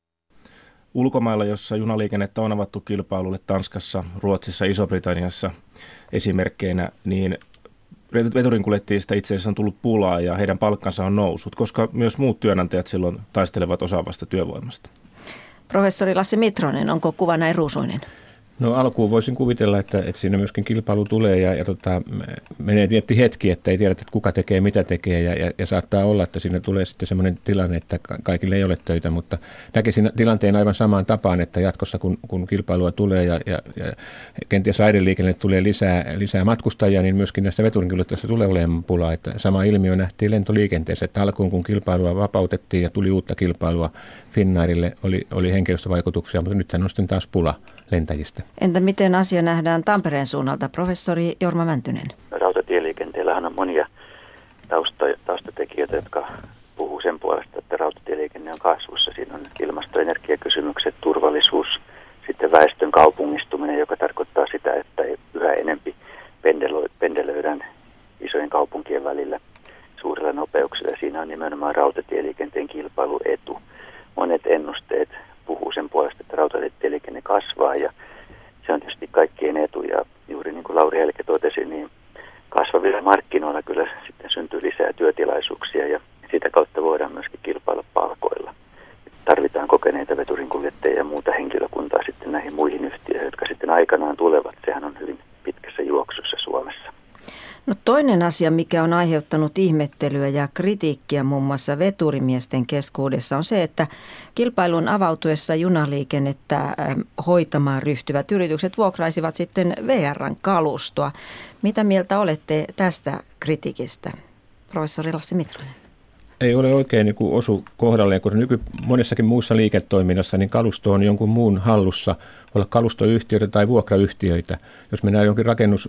Ulkomailla, jossa junaliikennettä on avattu kilpailulle, Tanskassa, Ruotsissa, Iso-Britanniassa esimerkkeinä, niin veturinkuljettajista itse asiassa on tullut pulaa ja heidän palkkansa on noussut, koska myös muut työnantajat silloin taistelevat osaavasta työvoimasta. Professori Lasse Mitronen, onko kuva näin ruusuinen? No alkuun voisin kuvitella, että, että siinä myöskin kilpailu tulee ja, ja tota, menee tietty hetki, että ei tiedä, että kuka tekee, mitä tekee ja, ja, ja saattaa olla, että siinä tulee sitten semmoinen tilanne, että kaikille ei ole töitä, mutta näkisin tilanteen aivan samaan tapaan, että jatkossa kun, kun kilpailua tulee ja, ja, ja kenties raideliikennelle tulee lisää, lisää matkustajia, niin myöskin näistä veturinkuljettajista tulee olemaan pulaa. Että sama ilmiö nähtiin lentoliikenteessä, että alkuun kun kilpailua vapautettiin ja tuli uutta kilpailua Finnairille, oli, oli henkilöstövaikutuksia, mutta nythän on sitten taas pula lentäjistä. Entä miten asia nähdään Tampereen suunnalta, professori Jorma Mäntynen? Rautatieliikenteellähän on monia tausta, taustatekijöitä, jotka puhuu sen puolesta, että rautatieliikenne on kasvussa. Siinä on ilmasto- ja energiakysymykset, turvallisuus, sitten väestön kaupungistuminen, joka tarkoittaa sitä, että yhä enempi pendelöidään isojen kaupunkien välillä suurilla nopeuksilla. Siinä on nimenomaan rautatieliikenteen kilpailuetu. Monet ennusteet puhuu sen puolesta, että rautatieliikenne kasvaa ja se on tietysti kaikkien etu ja juuri niin kuin Lauri Helke totesi, niin kasvavilla markkinoilla kyllä sitten syntyy lisää työtilaisuuksia ja sitä kautta voidaan myöskin kilpailla palkoilla. Tarvitaan kokeneita veturinkuljettajia ja muuta henkilökuntaa sitten näihin muihin yhtiöihin, jotka sitten aikanaan tulevat. Sehän on hyvin pitkässä juoksussa Suomessa. No toinen asia, mikä on aiheuttanut ihmettelyä ja kritiikkiä muun muassa veturimiesten keskuudessa on se, että kilpailun avautuessa junaliikennettä hoitamaan ryhtyvät yritykset vuokraisivat sitten V R:n kalustoa. Mitä mieltä olette tästä kritiikistä, professori Lasse Mitronen? Ei ole oikein niin kuin osu kohdalleen, kun nyky monessakin muussa liiketoiminnassa niin kalusto on jonkun muun hallussa, olla kalustoyhtiöitä tai vuokrayhtiöitä. Jos mennään jonkin rakennus,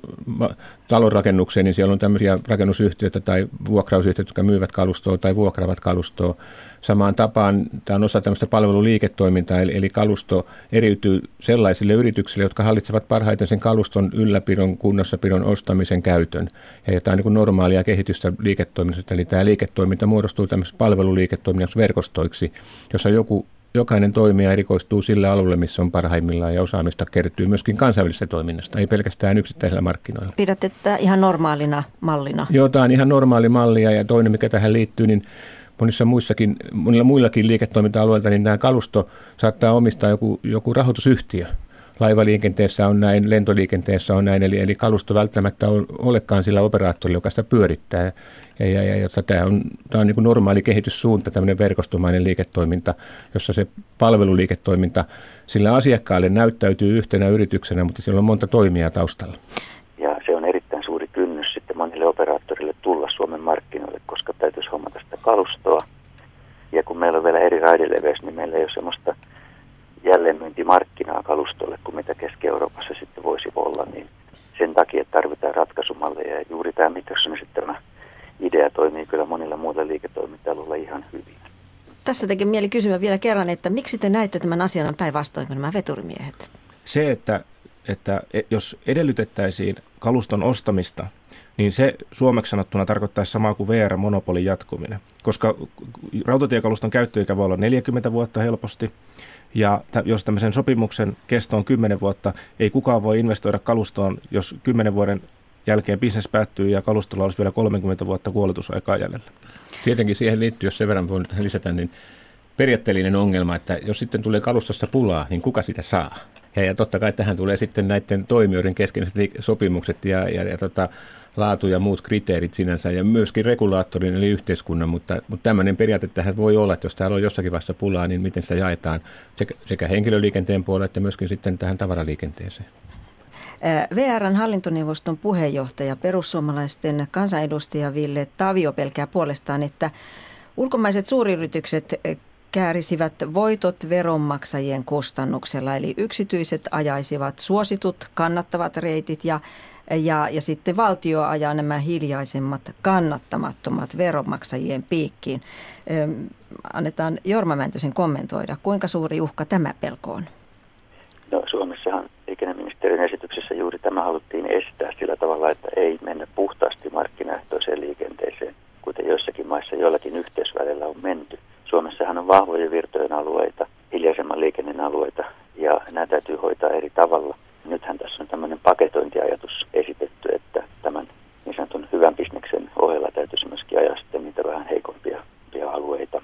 talonrakennukseen, niin siellä on tämmöisiä rakennusyhtiöitä tai vuokrausyhtiöitä, jotka myyvät kalustoa tai vuokraavat kalustoa. Samaan tapaan tämä on osa tämmöistä palveluliiketoimintaa, eli, eli kalusto eriytyy sellaisille yrityksille, jotka hallitsevat parhaiten sen kaluston ylläpidon, kunnossapidon, ostamisen, käytön. Ja tämä on niin kuin normaalia kehitystä liiketoiminnasta, eli tämä liiketoiminta muodostuu tämmöisessä palveluliiketoiminnaksi verkostoiksi, jossa joku Jokainen toimija erikoistuu sillä alueelle, missä on parhaimmillaan ja osaamista kertyy myöskin kansainvälisestä toiminnasta, ei pelkästään yksittäisillä markkinoilla. Pidätte tätä ihan normaalina mallina? Joo, tämä on ihan normaali malli ja toinen, mikä tähän liittyy, niin monissa muissakin, monilla muillakin liiketoiminta-alueilla, niin nämä kalusto saattaa omistaa joku, joku rahoitusyhtiö. Laivaliikenteessä on näin, lentoliikenteessä on näin, eli, eli kalusto välttämättä on, olekaan sillä operaattorilla, joka sitä pyörittää. Ja, ja, ja jotta tämä on, tämä on niin kuin normaali kehityssuunta, tämmöinen verkostomainen liiketoiminta, jossa se palveluliiketoiminta sillä asiakkaalle näyttäytyy yhtenä yrityksenä, mutta siellä on monta toimijaa taustalla. Ja se on erittäin suuri kynnys sitten monille operaattorille tulla Suomen markkinoille, koska täytyisi hommata sitä kalustoa. Ja kun meillä on vielä eri raideleveys, niin meillä ei ole semmoista jälleenmyyntimarkkinaa kalustolle kuin mitä Keski-Euroopassa sitten voisi olla, niin sen takia tarvitaan ratkaisumalleja. Ja juuri tämä Mikrosonin tämä idea toimii kyllä monilla muilla liiketoiminta-alueilla ihan hyvin. Tässä tekee mieli kysyä vielä kerran, että miksi te näette tämän asian päinvastoin kuin nämä veturimiehet? Se, että, että jos edellytettäisiin kaluston ostamista, niin se suomeksi sanottuna tarkoittaisi samaa kuin V R-monopolin jatkuminen, koska rautatiekaluston käyttöikä voi olla neljäkymmentä vuotta helposti, ja jos tämmöisen sopimuksen kesto on kymmenen vuotta, ei kukaan voi investoida kalustoon, jos kymmenen vuoden jälkeen bisnes päättyy ja kalustolla olisi vielä kolmekymmentä vuotta kuoletusaikaa jäljellä. Tietenkin siihen liittyy, jos sen verran voin lisätä, niin periaatteellinen ongelma, että jos sitten tulee kalustosta pulaa, niin kuka sitä saa? Ja, ja totta kai tähän tulee sitten näiden toimijoiden keskeiset sopimukset ja, ja, ja tota, laatu ja muut kriteerit sinänsä ja myöskin regulaattorin eli yhteiskunnan, mutta, mutta tämmöinen periaate tähän voi olla, että jos täällä on jossakin vaiheessa pulaa, niin miten sitä jaetaan sekä, sekä henkilöliikenteen puolella että myöskin sitten tähän tavaraliikenteeseen. V R:n hallintoneuvoston puheenjohtaja, perussuomalaisten kansanedustaja Ville Tavio pelkää puolestaan, että ulkomaiset suuryritykset käärisivät voitot veronmaksajien kustannuksella, eli yksityiset ajaisivat suositut, kannattavat reitit ja, ja, ja sitten valtio ajaa nämä hiljaisemmat, kannattamattomat veronmaksajien piikkiin. Ö, annetaan Jorma Mäntysen kommentoida, kuinka suuri uhka tämä pelko on? No, Suomessahan liikenneministeriön esityksessä juuri tämä haluttiin estää sillä tavalla, että ei mennä puhtaasti markkinaehtoiseen liikenteeseen, kuten joissakin maissa joillakin yhteysvälillä on menty. Suomessahan on vahvojen virtojen alueita, hiljaisemman liikenteen alueita, ja nämä täytyy hoitaa eri tavalla. Nythän tässä on tämmöinen paketointiajatus esitetty, että tämän niin sanotun hyvän bisneksen ohella täytyisi myöskin ajaa sitten niitä vähän heikompia alueita.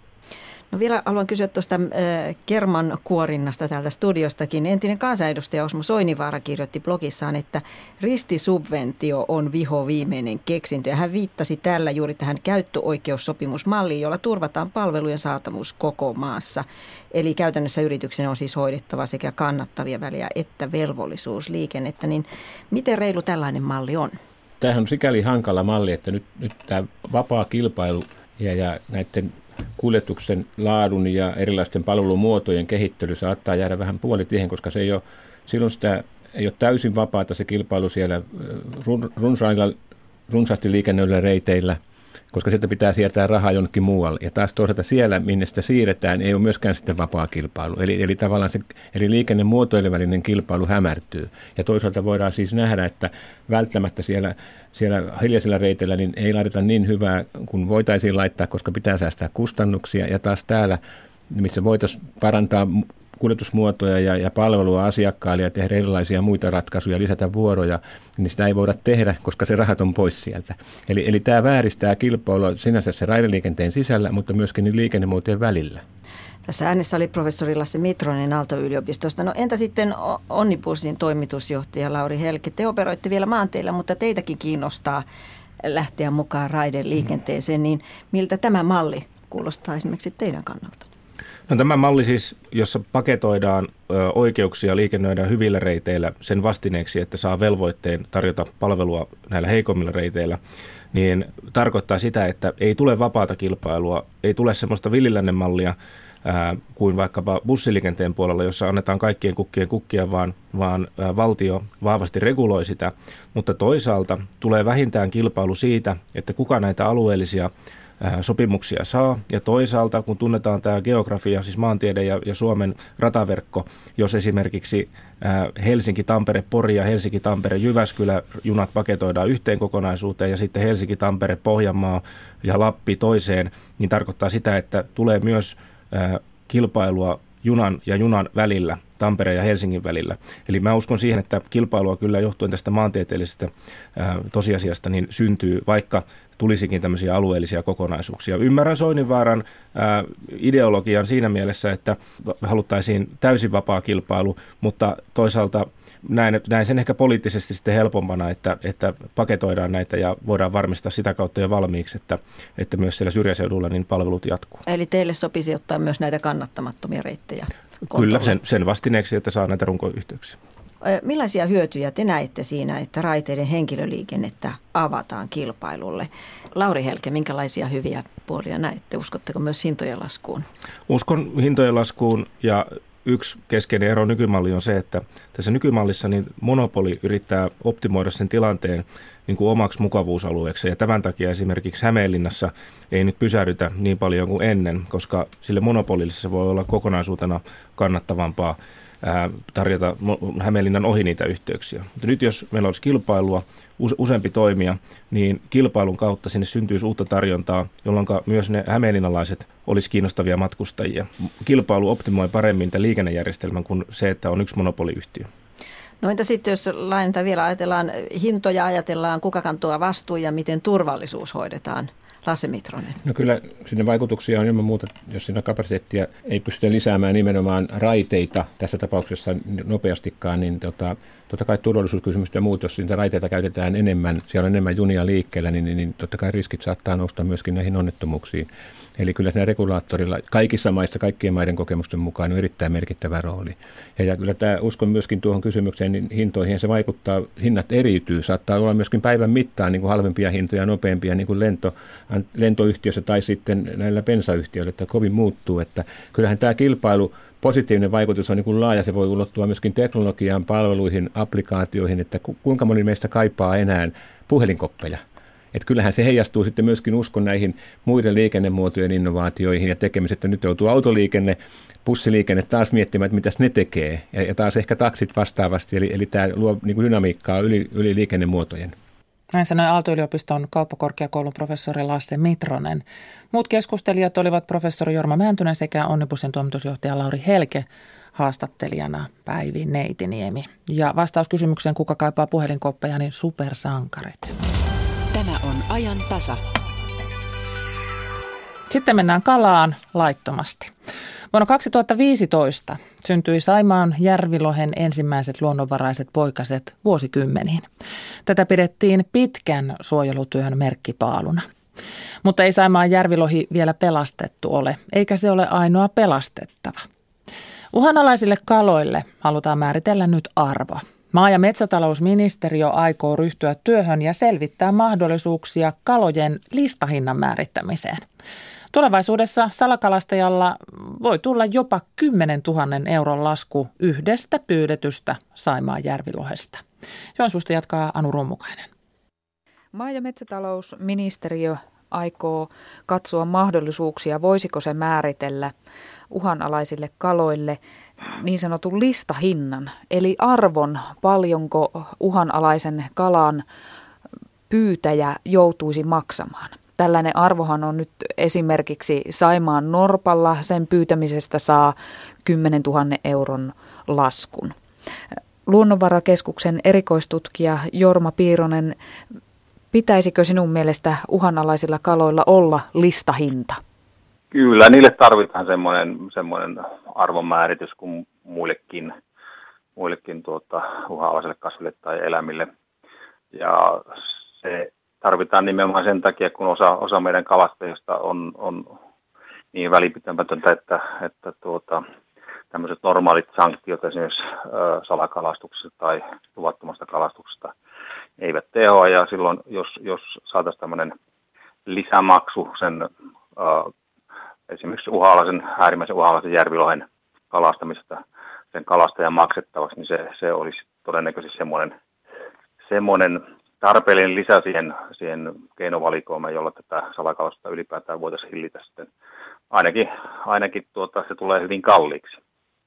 No vielä haluan kysyä tuosta äh, kermankuorinnasta täältä studiostakin. Entinen kansanedustaja Osmo Soininvaara kirjoitti blogissaan, että ristisubventio on viho viimeinen keksintö. Ja hän viittasi tällä juuri tähän käyttöoikeussopimusmalliin, jolla turvataan palvelujen saatavuus koko maassa. Eli käytännössä yrityksen on siis hoidettava sekä kannattavia väliä että velvollisuusliikennettä. Niin miten reilu tällainen malli on? Tämähän on sikäli hankala malli, että nyt, nyt tämä vapaa kilpailu ja, ja näiden kuljetuksen laadun ja erilaisten palvelumuotojen kehittely saattaa jäädä vähän puolitiehen, koska se ei ole, silloin sitä ei ole täysin vapaata se kilpailu siellä run, runsailla, runsaasti liikennöillä reiteillä, koska sieltä pitää siirtää rahaa jonnekin muualle. Ja taas toisaalta siellä, minne sitä siirretään, ei ole myöskään sitten vapaa kilpailu. Eli, eli tavallaan se eri liikennemuotoille välinen kilpailu hämärtyy. Ja toisaalta voidaan siis nähdä, että välttämättä siellä, siellä hiljaisilla reiteillä niin ei laiteta niin hyvää kuin voitaisiin laittaa, koska pitää säästää kustannuksia. Ja taas täällä, missä voitaisiin parantaa kuljetusmuotoja ja, ja palvelua asiakkaille ja tehdä erilaisia muita ratkaisuja, lisätä vuoroja, niin sitä ei voida tehdä, koska se rahat on pois sieltä. Eli, eli tämä vääristää kilpailua sinänsä se raideliikenteen sisällä, mutta myöskin niin liikennemuotojen välillä. Tässä äänessä oli professori Lasse Mitronen Aalto-yliopistosta. No entä sitten Onnibusin toimitusjohtaja Lauri Helke? Te operoitte vielä maanteillä, mutta teitäkin kiinnostaa lähteä mukaan raideliikenteeseen, niin miltä tämä malli kuulostaa esimerkiksi teidän kannalta? No, tämä malli siis, jossa paketoidaan ö, oikeuksia liikennöidään hyvillä reiteillä sen vastineeksi, että saa velvoitteen tarjota palvelua näillä heikommilla reiteillä, niin tarkoittaa sitä, että ei tule vapaata kilpailua, ei tule semmoista villilännen mallia ää, kuin vaikkapa bussiliikenteen puolella, jossa annetaan kaikkien kukkien kukkia, vaan, vaan ää, valtio vahvasti reguloi sitä, mutta toisaalta tulee vähintään kilpailu siitä, että kuka näitä alueellisia sopimuksia saa, ja toisaalta kun tunnetaan tämä geografia, siis maantiede ja, ja Suomen rataverkko, jos esimerkiksi ää, Helsinki-Tampere-Pori ja Helsinki-Tampere-Jyväskylä junat paketoidaan yhteen kokonaisuuteen ja sitten Helsinki-Tampere-Pohjanmaa ja Lappi toiseen, niin tarkoittaa sitä, että tulee myös ää, kilpailua junan ja junan välillä, Tampereen ja Helsingin välillä. Eli mä uskon siihen, että kilpailua kyllä johtuen tästä maantieteellisestä ää, tosiasiasta niin syntyy, vaikka tulisikin tämmöisiä alueellisia kokonaisuuksia. Ymmärrän Soininvaaran ää, ideologian siinä mielessä, että haluttaisiin täysin vapaa kilpailu, mutta toisaalta näin, näin sen ehkä poliittisesti sitten helpompana, että, että paketoidaan näitä ja voidaan varmistaa sitä kautta jo valmiiksi, että, että myös siellä syrjäseudulla niin palvelut jatkuu. Eli teille sopisi ottaa myös näitä kannattamattomia reittejä kontolle? Kyllä, sen, sen vastineeksi, että saa näitä runkoyhteyksiä. Millaisia hyötyjä te näette siinä, että raiteiden henkilöliikennettä avataan kilpailulle? Lauri Helke, minkälaisia hyviä puolia näette? Uskotteko myös hintojen laskuun? Uskon hintojen laskuun, ja yksi keskeinen ero nykymalli on se, että tässä nykymallissa niin monopoli yrittää optimoida sen tilanteen niin kuin omaksi mukavuusalueeksi. Ja tämän takia esimerkiksi Hämeenlinnassa ei nyt pysähdytä niin paljon kuin ennen, koska sille monopolille se voi olla kokonaisuutena kannattavampaa tarjota Hämeenlinnan ohi niitä yhteyksiä. Mutta nyt jos meillä olisi kilpailua, useampi toimija, niin kilpailun kautta sinne syntyisi uutta tarjontaa, jolloin myös ne hämeenlinnalaiset olisi kiinnostavia matkustajia. Kilpailu optimoi paremmin tämän liikennejärjestelmän kuin se, että on yksi monopoliyhtiö. No entä sitten, jos laajentaa vielä, ajatellaan hintoja, ajatellaan kuka kantaa vastuun ja miten turvallisuus hoidetaan? Lasse Mitronen. No kyllä sinne vaikutuksia on ilman muuta, jos siinä kapasiteettia ei pystytä lisäämään nimenomaan raiteita tässä tapauksessa nopeastikaan, niin tota, totta kai turvallisuuskysymykset ja muut, jos niitä raiteita käytetään enemmän, siellä on enemmän junia liikkeellä, niin, niin, niin totta kai riskit saattaa nousta myöskin näihin onnettomuuksiin. Eli kyllä siinä regulaattorilla kaikissa maissa, kaikkien maiden kokemusten mukaan on erittäin merkittävä rooli. Ja, ja kyllä tämä, uskon myöskin tuohon kysymykseen, niin hintoihin se vaikuttaa, hinnat eriytyy, saattaa olla myöskin päivän mittaan niin kuin halvempia hintoja, nopeampia niin kuin lento, lentoyhtiössä tai sitten näillä bensayhtiöillä, että kovin muuttuu, että kyllähän tämä kilpailu, positiivinen vaikutus on niin kuin laaja, se voi ulottua myöskin teknologiaan, palveluihin, applikaatioihin, että kuinka moni meistä kaipaa enää puhelinkoppeja. Että kyllähän se heijastuu sitten myöskin uskon näihin muiden liikennemuotojen innovaatioihin ja tekemiset, että nyt joutuu autoliikenne, bussiliikenne taas miettimään, että mitäs ne tekee ja, ja taas ehkä taksit vastaavasti, eli, eli tämä luo niin kuin dynamiikkaa yli, yli liikennemuotojen. Näin sanoi Aalto-yliopiston kauppakorkeakoulun professori Lasse Mitronen. Muut keskustelijat olivat professori Jorma Mäntynen sekä Onnibusin toimitusjohtaja Lauri Helke, haastattelijana Päivi Neitiniemi. Ja vastaus kysymykseen, kuka kaipaa puhelinkoppeja, niin supersankarit. Tämä on ajan tasa. Sitten mennään kalaan laittomasti. Vuonna kaksituhattaviisitoista syntyi Saimaan järvilohen ensimmäiset luonnonvaraiset poikaset vuosikymmeniin. Tätä pidettiin pitkän suojelutyön merkkipaaluna. Mutta ei Saimaan järvilohi vielä pelastettu ole, eikä se ole ainoa pelastettava. Uhanalaisille kaloille halutaan määritellä nyt arvo. Maa- ja metsätalousministeriö aikoo ryhtyä työhön ja selvittää mahdollisuuksia kalojen listahinnan määrittämiseen. Tulevaisuudessa salakalastajalla voi tulla jopa kymmenen tuhannen euron lasku yhdestä pyydetystä Saimaan järvilohesta. Joensuusta jatkaa Anu Rummukainen. Maa- ja metsätalousministeriö aikoo katsoa mahdollisuuksia, voisiko se määritellä uhanalaisille kaloille niin sanotun listahinnan, eli arvon, paljonko uhanalaisen kalan pyytäjä joutuisi maksamaan. Tällainen arvohan on nyt esimerkiksi Saimaan norpalla, sen pyytämisestä saa kymmenen tuhannen euron laskun. Luonnonvarakeskuksen erikoistutkija Jorma Piironen, pitäisikö sinun mielestä uhanalaisilla kaloilla olla listahinta? Kyllä, niille tarvitaan semmoinen, semmoinen arvonmääritys kuin muillekin, muillekin tuota, uhanalaisille kasville tai eläimille. Ja se tarvitaan nimenomaan sen takia, kun osa, osa meidän kalastajista on, on niin välinpitämätöntä, että, että tuota, tämmöiset normaalit sanktiot esimerkiksi ö, salakalastuksesta tai luvattomasta kalastuksesta eivät tehoa. Ja silloin, jos, jos saataisiin tämmöinen lisämaksu sen ö, esimerkiksi uhanalaisen, äärimmäisen uhanalaisen järvilohen kalastamisesta sen kalastajan maksettavaksi, niin se, se olisi todennäköisesti semmoinen, semmoinen tarpeellinen lisä siihen, siihen keinovalikoimaan, jolla tätä salakalastusta ylipäätään voitaisiin hillitä sitten. Ainakin, ainakin tuota, se tulee hyvin kalliiksi.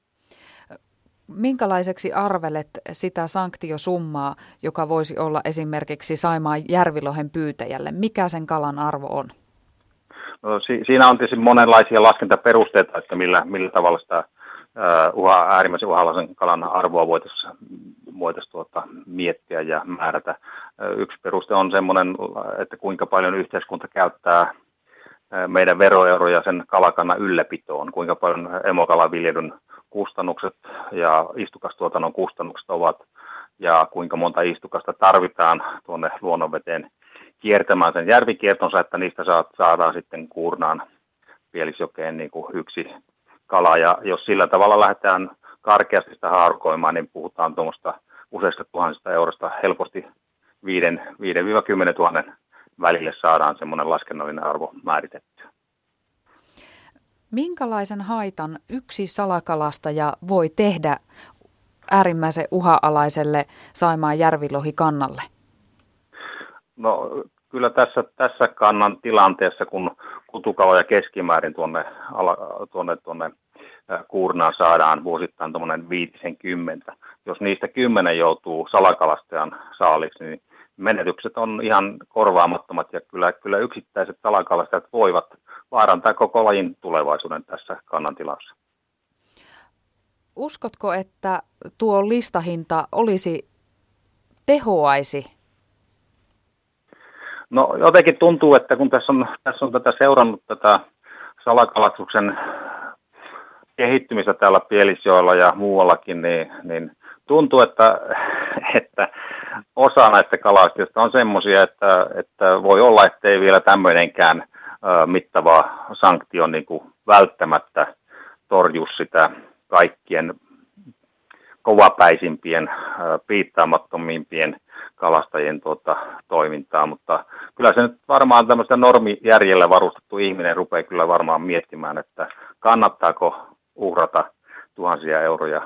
Minkälaiseksi arvelet sitä sanktiosummaa, joka voisi olla esimerkiksi Saimaan järvilohen pyytäjälle? Mikä sen kalan arvo on? No, si- siinä on tietysti monenlaisia laskentaperusteita, että millä, millä tavalla sitä uha, äärimmäisen uhanalaisen kalan arvoa voitaisiin voitais tuota, miettiä ja määrätä. Yksi peruste on semmoinen, että kuinka paljon yhteiskunta käyttää meidän veroeuroja sen kalakannan ylläpitoon, kuinka paljon emokalaviljelyn kustannukset ja istukastuotannon kustannukset ovat ja kuinka monta istukasta tarvitaan tuonne luonnonveteen kiertämään sen järvikiertonsa, että niistä saadaan sitten Kuurnaan Pielisjokeen niin kuin yksi kala. Ja jos sillä tavalla lähdetään karkeasti sitä haarukoimaan, niin puhutaan tuommoista useista tuhansista eurosta helposti viisi kymmenen tuhatta välille saadaan semmoinen laskennallinen arvo määritetty. Minkälaisen haitan yksi salakalastaja voi tehdä äärimmäisen uhanalaiselle Saimaan järvilohikannalle? No kyllä tässä, tässä kannan tilanteessa, kun kutukaloja keskimäärin tuonne, tuonne, tuonne Kuurnaan saadaan vuosittain tuommoinen viisikymmentä. Jos niistä kymmenen joutuu salakalastajan saaliksi, niin menetykset on ihan korvaamattomat ja kyllä, kyllä yksittäiset salakalastajat voivat vaarantaa koko lajin tulevaisuuden tässä kannantilassa. Uskotko, että tuo listahinta olisi tehoaisi? No jotenkin tuntuu, että kun tässä on, tässä on tätä seurannut tätä salakalastuksen kehittymistä täällä Pielisjoella ja muuallakin, niin, niin tuntuu, että, että osa näistä kalastajista on semmoisia, että, että voi olla, ettei vielä tämmöinenkään ä, mittava sanktio niin kuin välttämättä torju sitä kaikkien kovapäisimpien, ä, piittaamattomimpien kalastajien tuota, toimintaa, mutta kyllä se nyt varmaan tämmöistä normijärjellä varustettu ihminen rupeaa kyllä varmaan miettimään, että kannattaako uhrata tuhansia euroja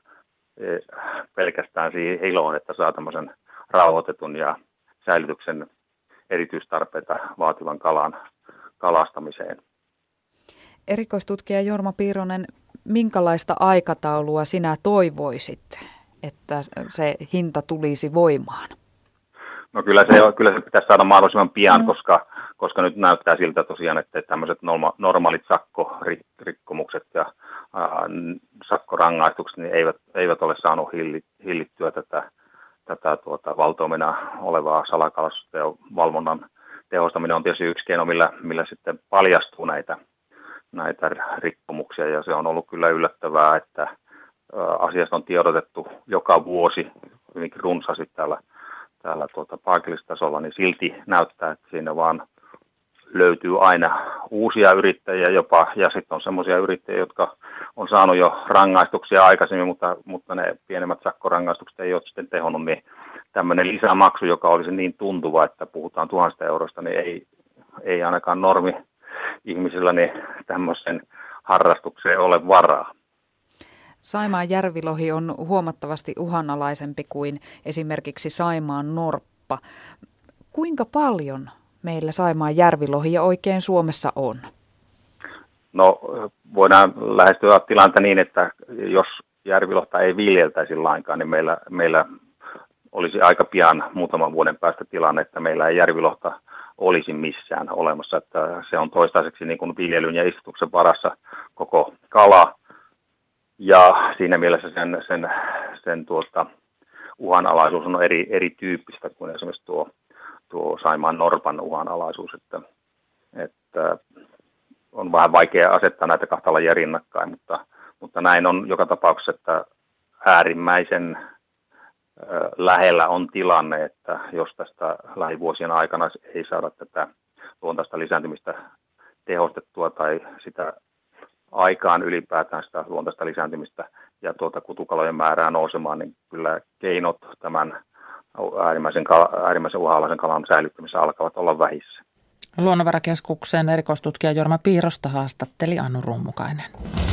pelkästään siihen iloon, että saa tämmöisen rauhoitetun ja säilytyksen erityistarpeita vaativan kalan kalastamiseen. Erikoistutkija Jorma Piironen, minkälaista aikataulua sinä toivoisit, että se hinta tulisi voimaan? No kyllä se, kyllä se pitäisi saada mahdollisimman pian, mm. koska, koska nyt näyttää siltä tosiaan, että tämmöiset norma, normaalit sakkorikkomukset ja ää, sakkorangaistukset niin eivät, eivät ole saanut hillittyä tätä, tätä tuota, valtoimena olevaa salakalastusta ja valvonnan tehostaminen on tietysti yksi keino, millä, millä sitten paljastuu näitä, näitä rikkomuksia ja se on ollut kyllä yllättävää, että ää, asiasta on tiedotettu joka vuosi hyvinkin runsaasti täällä täällä tuota paikallistasolla, niin silti näyttää, että siinä vaan löytyy aina uusia yrittäjiä jopa, ja sitten on semmoisia yrittäjiä, jotka on saanut jo rangaistuksia aikaisemmin, mutta, mutta ne pienemmät sakkorangaistukset ei ole sitten tehonnut, niin tämmöinen lisämaksu, joka olisi niin tuntuva, että puhutaan tuhansista eurosta, niin ei, ei ainakaan normi ihmisillä niin tämmöisen harrastukseen ole varaa. Saimaan järvilohi on huomattavasti uhanalaisempi kuin esimerkiksi Saimaan norppa. Kuinka paljon meillä Saimaan järvilohia oikein Suomessa on? No voidaan lähestyä tilannetta niin, että jos järvilohta ei viljeltäisi lainkaan, niin meillä, meillä olisi aika pian muutaman vuoden päästä tilanne, että meillä ei järvilohta olisi missään olemassa. Että se on toistaiseksi niin kuin viljelyn ja istutuksen varassa koko kala. Ja siinä mielessä sen, sen, sen tuota, uhanalaisuus on eri, erityyppistä kuin esimerkiksi tuo, tuo Saimaan norpan uhanalaisuus, että, että on vähän vaikea asettaa näitä kahta lajia rinnakkain, mutta, mutta näin on joka tapauksessa, että äärimmäisen ö, lähellä on tilanne, että jos tästä lähivuosien aikana ei saada tätä luontaista lisääntymistä tehostettua tai sitä aikaan ylipäätään sitä luontaista lisääntymistä ja tuota kutukalojen määrää nousemaan, niin kyllä keinot tämän äärimmäisen, äärimmäisen uhanalaisen kalan säilyttämisessä alkavat olla vähissä. Luonnonvarakeskuksen erikoistutkija Jorma Piirosta haastatteli Anu Rummukainen.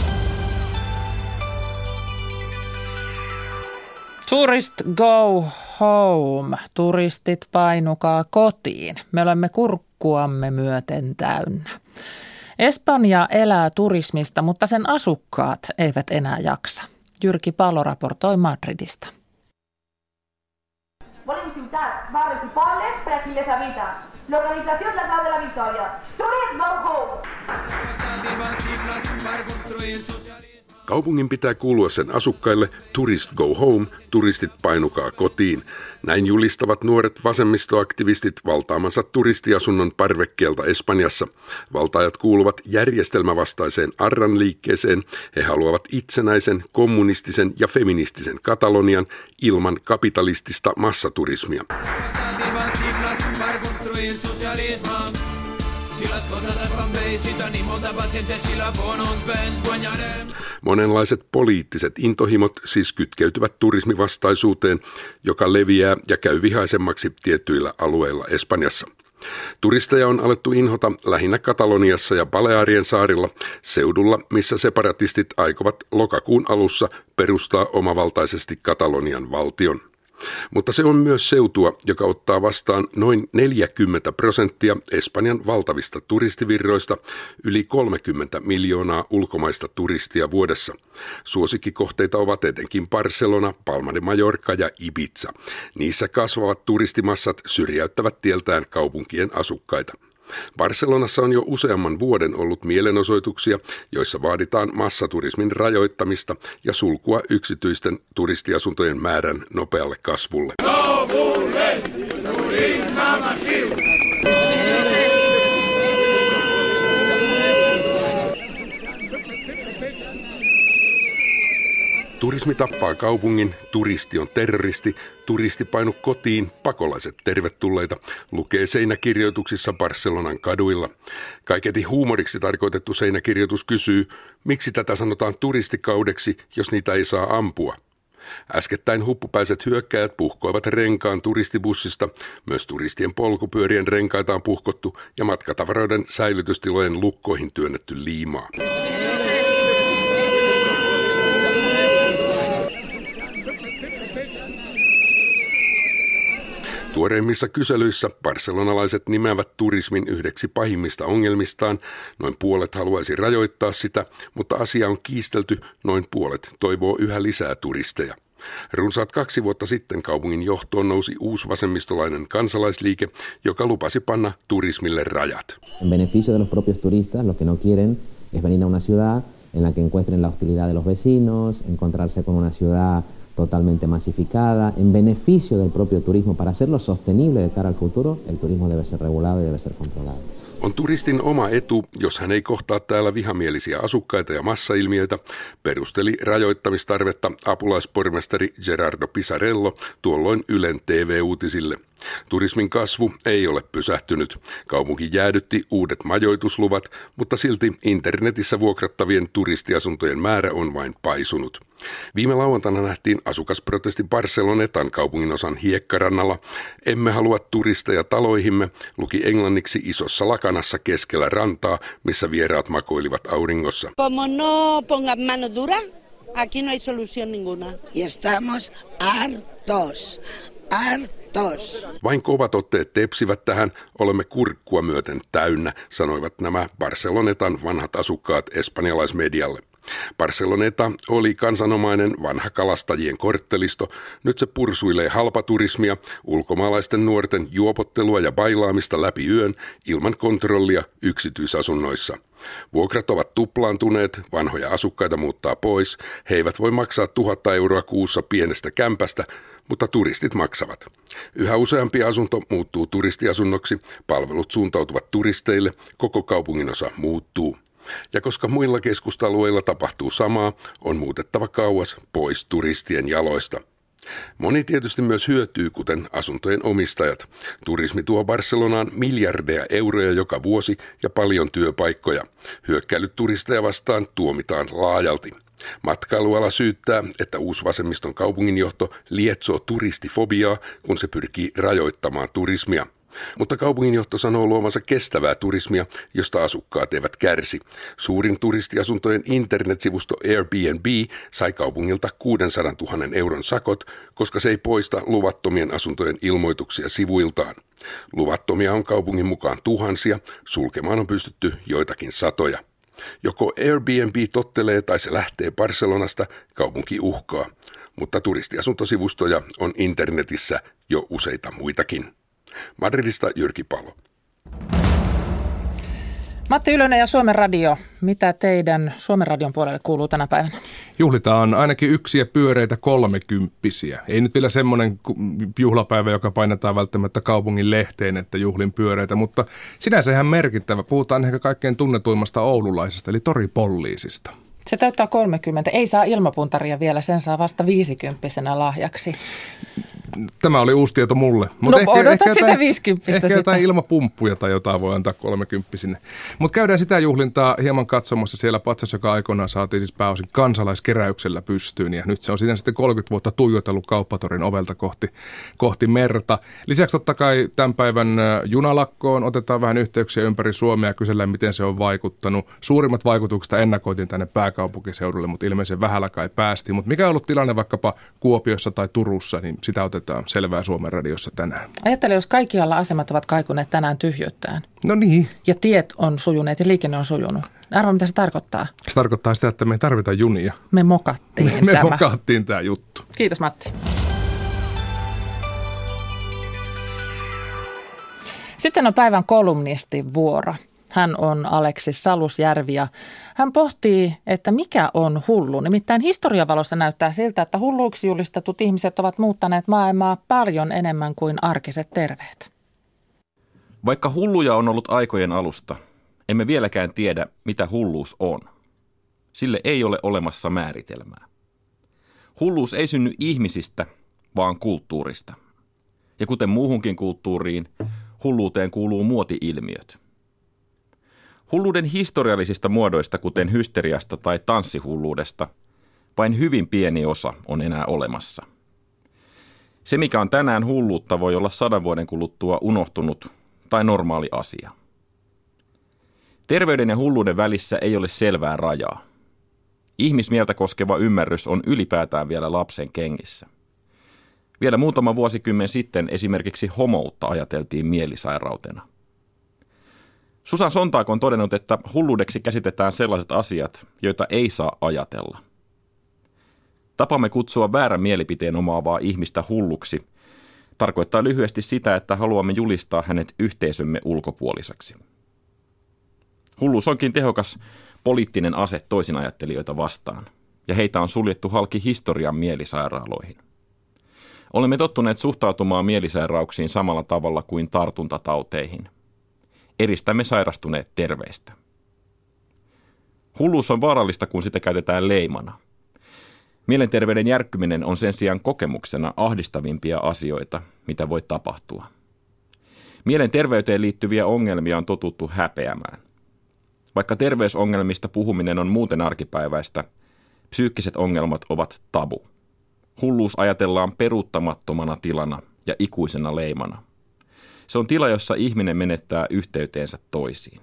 Tourist go home. Turistit painukaa kotiin. Me olemme kurkkuamme myöten täynnä. Espanja elää turismista, mutta sen asukkaat eivät enää jaksa. Jyrki Palo raportoi Madridista. Volem ciutat, barris y pobles para qui les habita. L'organització de la Clau de la Victòria. Tourist go home. Kaupungin pitää kuulua sen asukkaille tourist go home, turistit painukaa kotiin. Näin julistavat nuoret vasemmistoaktivistit valtaamansa turistiasunnon parvekkeelta Espanjassa. Valtaajat kuuluvat järjestelmävastaiseen Arran liikkeeseen. He haluavat itsenäisen, kommunistisen ja feministisen Katalonian ilman kapitalistista massaturismia. Monenlaiset poliittiset intohimot siis kytkeytyvät turismivastaisuuteen, joka leviää ja käy vihaisemmaksi tietyillä alueilla Espanjassa. Turisteja on alettu inhota lähinnä Kataloniassa ja Balearien saarilla, seudulla, missä separatistit aikovat lokakuun alussa perustaa omavaltaisesti Katalonian valtion. Mutta se on myös seutua, joka ottaa vastaan noin neljäkymmentä prosenttia Espanjan valtavista turistivirroista, yli kolmekymmentä miljoonaa ulkomaista turistia vuodessa. Suosikkikohteita ovat etenkin Barcelona, Palma de Mallorca ja Ibiza. Niissä kasvavat turistimassat syrjäyttävät tieltään kaupunkien asukkaita. Barcelonassa on jo useamman vuoden ollut mielenosoituksia, joissa vaaditaan massaturismin rajoittamista ja sulkua yksityisten turistiasuntojen määrän nopealle kasvulle. Turismi tappaa kaupungin, turisti on terroristi, turisti painu kotiin, pakolaiset tervetulleita, lukee seinäkirjoituksissa Barcelonan kaduilla. Kaiketi huumoriksi tarkoitettu seinäkirjoitus kysyy, miksi tätä sanotaan turistikaudeksi, jos niitä ei saa ampua. Äskettäin huppupäiset hyökkäjät puhkoivat renkaan turistibussista, myös turistien polkupyörien renkaita on puhkottu ja matkatavaroiden säilytystilojen lukkoihin työnnetty liimaa. Tuoreimmissa kyselyissä barcelonalaiset nimeävät turismin yhdeksi pahimmista ongelmistaan. Noin puolet haluaisi rajoittaa sitä, mutta asia on kiistelty. Noin puolet toivoo yhä lisää turisteja. Runsaat kaksi vuotta sitten kaupungin johtoon nousi uusvasemmistolainen kansalaisliike, joka lupasi panna turismille rajat. En beneficio de los propios turistas, lo que no quieren es venir a una ciudad en la que encuentren la hostilidad de los vecinos, encontrarse con una ciudad totalmente masificada, en beneficio del propio turismo. Para hacerlo sostenible de cara al futuro, el turismo debe ser regulado y debe ser controlado. On turistin oma etu, jos hän ei kohtaa täällä vihamielisiä asukkaita ja massailmiöitä, perusteli rajoittamistarvetta apulaispormestari Gerardo Pisarello tuolloin Ylen T V-uutisille. Turismin kasvu ei ole pysähtynyt. Kaupunki jäädytti uudet majoitusluvat, mutta silti internetissä vuokrattavien turistiasuntojen määrä on vain paisunut. Viime lauantaina nähtiin asukasprotesti Barcelonetan kaupunginosan hiekkarannalla. Emme halua turisteja taloihimme, luki englanniksi isossa lakanassa keskellä rantaa, missä vieraat makoilivat auringossa. Como no pongan mano dura, aquí no hay solución ninguna. Y estamos hartos, hartos. Vain kovat otteet tepsivät tähän, olemme kurkkua myöten täynnä, sanoivat nämä Barcelonetan vanhat asukkaat espanjalaismedialle. Barceloneta oli kansanomainen vanha kalastajien korttelisto. Nyt se pursuilee halpaturismia, ulkomaalaisten nuorten juopottelua ja bailaamista läpi yön ilman kontrollia yksityisasunnoissa. Vuokrat ovat tuplaantuneet, vanhoja asukkaita muuttaa pois, he eivät voi maksaa tuhatta euroa kuussa pienestä kämpästä, mutta turistit maksavat. Yhä useampi asunto muuttuu turistiasunnoksi, palvelut suuntautuvat turisteille, koko kaupunginosa muuttuu. Ja koska muilla keskustalueilla tapahtuu samaa, on muutettava kauas pois turistien jaloista. Moni tietysti myös hyötyy, kuten asuntojen omistajat. Turismi tuo Barcelonaan miljardeja euroja joka vuosi ja paljon työpaikkoja. Hyökkäilyt turisteja vastaan tuomitaan laajalti. Matkailuala syyttää, että uusvasemmiston kaupunginjohto lietsoo turistifobiaa, kun se pyrkii rajoittamaan turismia. Mutta kaupunginjohto sanoo luomansa kestävää turismia, josta asukkaat eivät kärsi. Suurin turistiasuntojen internetsivusto Airbnb sai kaupungilta kuusisataa tuhatta euron sakot, koska se ei poista luvattomien asuntojen ilmoituksia sivuiltaan. Luvattomia on kaupungin mukaan tuhansia, sulkemaan on pystytty joitakin satoja. Joko Airbnb tottelee tai se lähtee Barcelonasta, kaupunki uhkaa. Mutta turistiasuntosivustoja on internetissä jo useita muitakin. Madridista Jyrki Palo. Matti Ylönen ja Suomen Radio. Mitä teidän Suomen Radion puolelle kuuluu tänä päivänä? Juhlitaan ainakin yksiä pyöreitä kolmekymppisiä. Ei nyt vielä semmoinen juhlapäivä, joka painetaan välttämättä kaupungin lehteen, että juhlin pyöreitä, mutta sinänsä ihan merkittävä. Puhutaan ehkä kaikkein tunnetuimmasta oululaisesta, eli toripolliisista. Se täyttää kolmekymmentä. Ei saa ilmapuntaria vielä, sen saa vasta viisikymppisenä lahjaksi. Tämä oli uusi tieto mulle. Mut no ehkä, odotat ehkä sitä viisikymppistä Ehkä sitten. jotain ilmapumppuja tai jotain voi antaa kolmekymppisinne. Mutta käydään sitä juhlintaa hieman katsomassa siellä patsas, joka aikoinaan saatiin siis pääosin kansalaiskeräyksellä pystyyn. Ja nyt se on siinä sitten kolmekymmentä vuotta tuijotellut Kauppatorin ovelta kohti, kohti merta. Lisäksi totta kai tämän päivän junalakkoon otetaan vähän yhteyksiä ympäri Suomea ja kysellään, miten se on vaikuttanut. Suurimmat vaikutukset ennakoitiin tänne pääkaupunkiseudulle, mutta ilmeisen vähällä kai päästiin. Mutta mikä on ollut tilanne vaikkapa Kuopiossa tai Turussa, niin sitä otetaan selvää Suomen Radiossa tänään. Ajattele, jos kaikkialla asemat ovat kaikuneet tänään tyhjyyttään. No niin. Ja tiet on sujuneet ja liikenne on sujunut. Arvo, mitä se tarkoittaa? Se tarkoittaa sitä, että me ei tarvita junia. Me mokattiin Me tämä. mokattiin tämä juttu. Kiitos Matti. Sitten on päivän kolumnistin vuoro. Hän on Aleksis Salusjärvi ja hän pohtii, että mikä on hullu. Nimittäin historiavalossa näyttää siltä, että hulluiksi julistetut ihmiset ovat muuttaneet maailmaa paljon enemmän kuin arkiset terveet. Vaikka hulluja on ollut aikojen alusta, emme vieläkään tiedä, mitä hulluus on. Sille ei ole olemassa määritelmää. Hulluus ei synny ihmisistä, vaan kulttuurista. Ja kuten muuhunkin kulttuuriin, hulluuteen kuuluu muoti-ilmiöt. Hulluuden historiallisista muodoista, kuten hysteriasta tai tanssihulluudesta, vain hyvin pieni osa on enää olemassa. Se, mikä on tänään hulluutta, voi olla sadan vuoden kuluttua unohtunut tai normaali asia. Terveyden ja hulluuden välissä ei ole selvää rajaa. Ihmismieltä koskeva ymmärrys on ylipäätään vielä lapsen kengissä. Vielä muutama vuosikymmen sitten esimerkiksi homoutta ajateltiin mielisairautena. Susan Sontag on todennut, että hulluudeksi käsitetään sellaiset asiat, joita ei saa ajatella. Tapamme kutsua väärän mielipiteen omaavaa ihmistä hulluksi tarkoittaa lyhyesti sitä, että haluamme julistaa hänet yhteisömme ulkopuoliseksi. Hulluus onkin tehokas poliittinen ase toisinajattelijoita vastaan, ja heitä on suljettu halki historian mielisairaaloihin. Olemme tottuneet suhtautumaan mielisairauksiin samalla tavalla kuin tartuntatauteihin. Eristämme sairastuneet terveistä. Hulluus on vaarallista, kun sitä käytetään leimana. Mielenterveyden järkkyminen on sen sijaan kokemuksena ahdistavimpia asioita, mitä voi tapahtua. Mielenterveyteen liittyviä ongelmia on totuttu häpeämään. Vaikka terveysongelmista puhuminen on muuten arkipäiväistä, psyykkiset ongelmat ovat tabu. Hulluus ajatellaan peruuttamattomana tilana ja ikuisena leimana. Se on tila, jossa ihminen menettää yhteyteensä toisiin.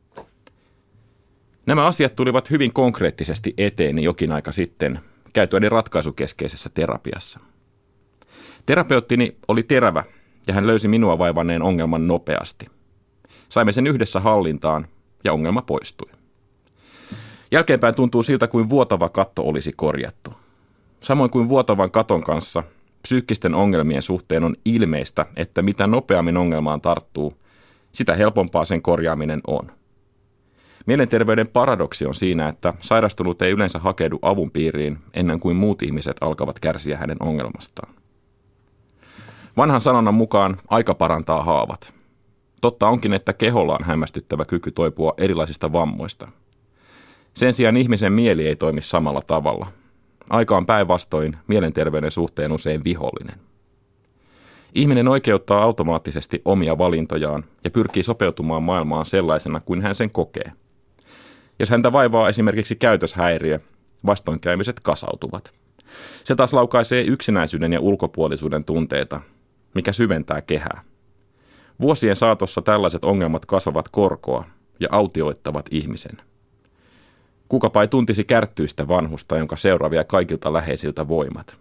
Nämä asiat tulivat hyvin konkreettisesti eteeni jokin aika sitten käytyäni ratkaisukeskeisessä terapiassa. Terapeuttini oli terävä ja hän löysi minua vaivanneen ongelman nopeasti. Saimme sen yhdessä hallintaan ja ongelma poistui. Jälkeenpäin tuntuu siltä, kuin vuotava katto olisi korjattu. Samoin kuin vuotavan katon kanssa, psyykkisten ongelmien suhteen on ilmeistä, että mitä nopeammin ongelmaan tarttuu, sitä helpompaa sen korjaaminen on. Mielenterveyden paradoksi on siinä, että sairastunut ei yleensä hakeudu avun piiriin ennen kuin muut ihmiset alkavat kärsiä hänen ongelmastaan. Vanhan sanonnan mukaan aika parantaa haavat. Totta onkin, että keholla on hämmästyttävä kyky toipua erilaisista vammoista. Sen sijaan ihmisen mieli ei toimi samalla tavalla. Aika on päinvastoin mielenterveyden suhteen usein vihollinen. Ihminen oikeuttaa automaattisesti omia valintojaan ja pyrkii sopeutumaan maailmaan sellaisena kuin hän sen kokee. Jos häntä vaivaa esimerkiksi käytöshäiriö, vastoinkäymiset kasautuvat. Se taas laukaisee yksinäisyyden ja ulkopuolisuuden tunteita, mikä syventää kehää. Vuosien saatossa tällaiset ongelmat kasvavat korkoa ja autioittavat ihmisen. Kukapa ei tuntisi kärttyistä vanhusta, jonka seuraavia kaikilta läheisiltä voimat.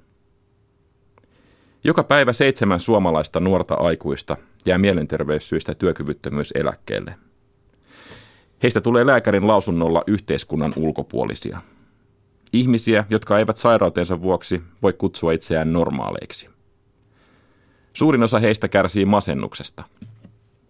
Joka päivä seitsemän suomalaista nuorta aikuista jää mielenterveyssyistä työkyvyttömyyseläkkeelle. Heistä tulee lääkärin lausunnolla yhteiskunnan ulkopuolisia. Ihmisiä, jotka eivät sairautensa vuoksi voi kutsua itseään normaaleiksi. Suurin osa heistä kärsii masennuksesta.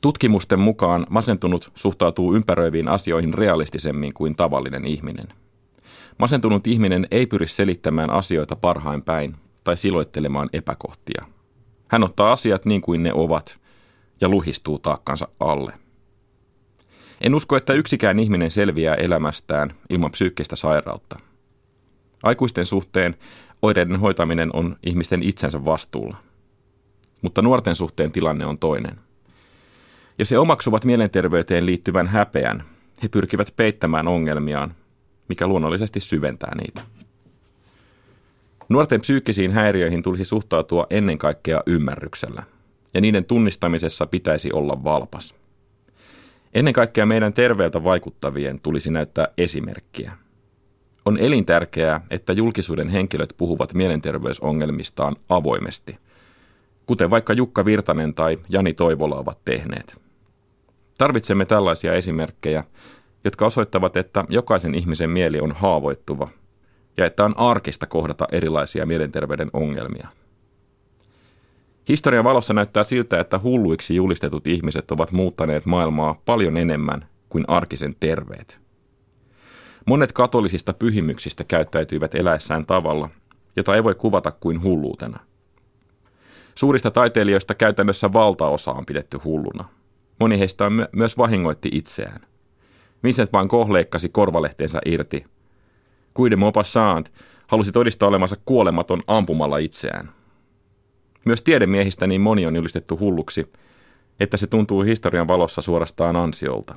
Tutkimusten mukaan masentunut suhtautuu ympäröiviin asioihin realistisemmin kuin tavallinen ihminen. Masentunut ihminen ei pyri selittämään asioita parhain päin tai siloittelemaan epäkohtia. Hän ottaa asiat niin kuin ne ovat ja luhistuu taakkansa alle. En usko, että yksikään ihminen selviää elämästään ilman psyykkistä sairautta. Aikuisten suhteen oireiden hoitaminen on ihmisten itsensä vastuulla. Mutta nuorten suhteen tilanne on toinen. Jos he omaksuvat mielenterveyteen liittyvän häpeän, he pyrkivät peittämään ongelmiaan, mikä luonnollisesti syventää niitä. Nuorten psyykkisiin häiriöihin tulisi suhtautua ennen kaikkea ymmärryksellä, ja niiden tunnistamisessa pitäisi olla valpas. Ennen kaikkea meidän terveeltä vaikuttavien tulisi näyttää esimerkkiä. On elintärkeää, että julkisuuden henkilöt puhuvat mielenterveysongelmistaan avoimesti, kuten vaikka Jukka Virtanen tai Jani Toivola ovat tehneet. Tarvitsemme tällaisia esimerkkejä, jotka osoittavat, että jokaisen ihmisen mieli on haavoittuva ja että on arkista kohdata erilaisia mielenterveyden ongelmia. Historian valossa näyttää siltä, että hulluiksi julistetut ihmiset ovat muuttaneet maailmaa paljon enemmän kuin arkisen terveet. Monet katolisista pyhimyksistä käyttäytyivät eläessään tavalla, jota ei voi kuvata kuin hulluutena. Suurista taiteilijoista käytännössä valtaosa on pidetty hulluna. Moni heistä on my- myös vahingoitti itseään. Vincent van Gogh leikkasi korvalehteensä irti. Guy de Maupassant halusi todistaa olemansa kuolematon ampumalla itseään. Myös tiedemiehistä niin moni on julistettu hulluksi, että se tuntuu historian valossa suorastaan ansiolta.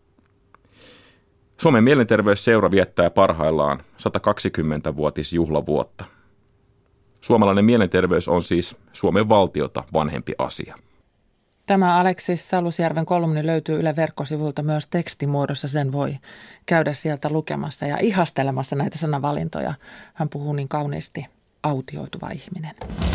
Suomen mielenterveysseura viettää parhaillaan sata kaksikymmentävuotisjuhlavuotta. Suomalainen mielenterveys on siis Suomen valtiota vanhempi asia. Tämä Aleksis Salusjärven kolumni löytyy Yle verkkosivuilta myös tekstimuodossa. Sen voi käydä sieltä lukemassa ja ihastelemassa näitä sanavalintoja. Hän puhuu niin kauniisti autioituva ihminen.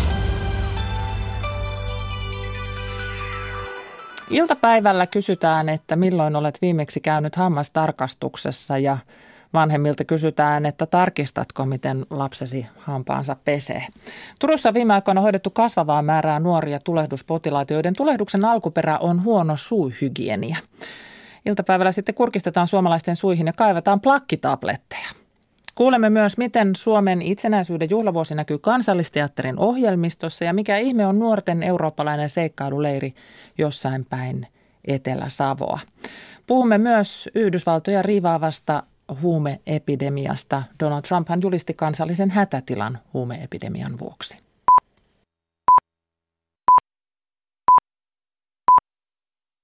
Iltapäivällä kysytään, että milloin olet viimeksi käynyt hammastarkastuksessa ja vanhemmilta kysytään, että tarkistatko, miten lapsesi hampaansa pesee. Turussa on viime aikoina hoidettu kasvavaa määrää nuoria tulehduspotilaita, joiden tulehduksen alkuperä on huono suuhygienia. Iltapäivällä sitten kurkistetaan suomalaisten suihin ja kaivetaan plakkitabletteja. Kuulemme myös, miten Suomen itsenäisyyden juhlavuosi näkyy Kansallisteatterin ohjelmistossa ja mikä ihme on nuorten eurooppalainen seikkailuleiri jossain päin Etelä-Savoa. Puhumme myös Yhdysvaltoja riivaavasta huumeepidemiasta. Donald Trump hän julisti kansallisen hätätilan huumeepidemian vuoksi.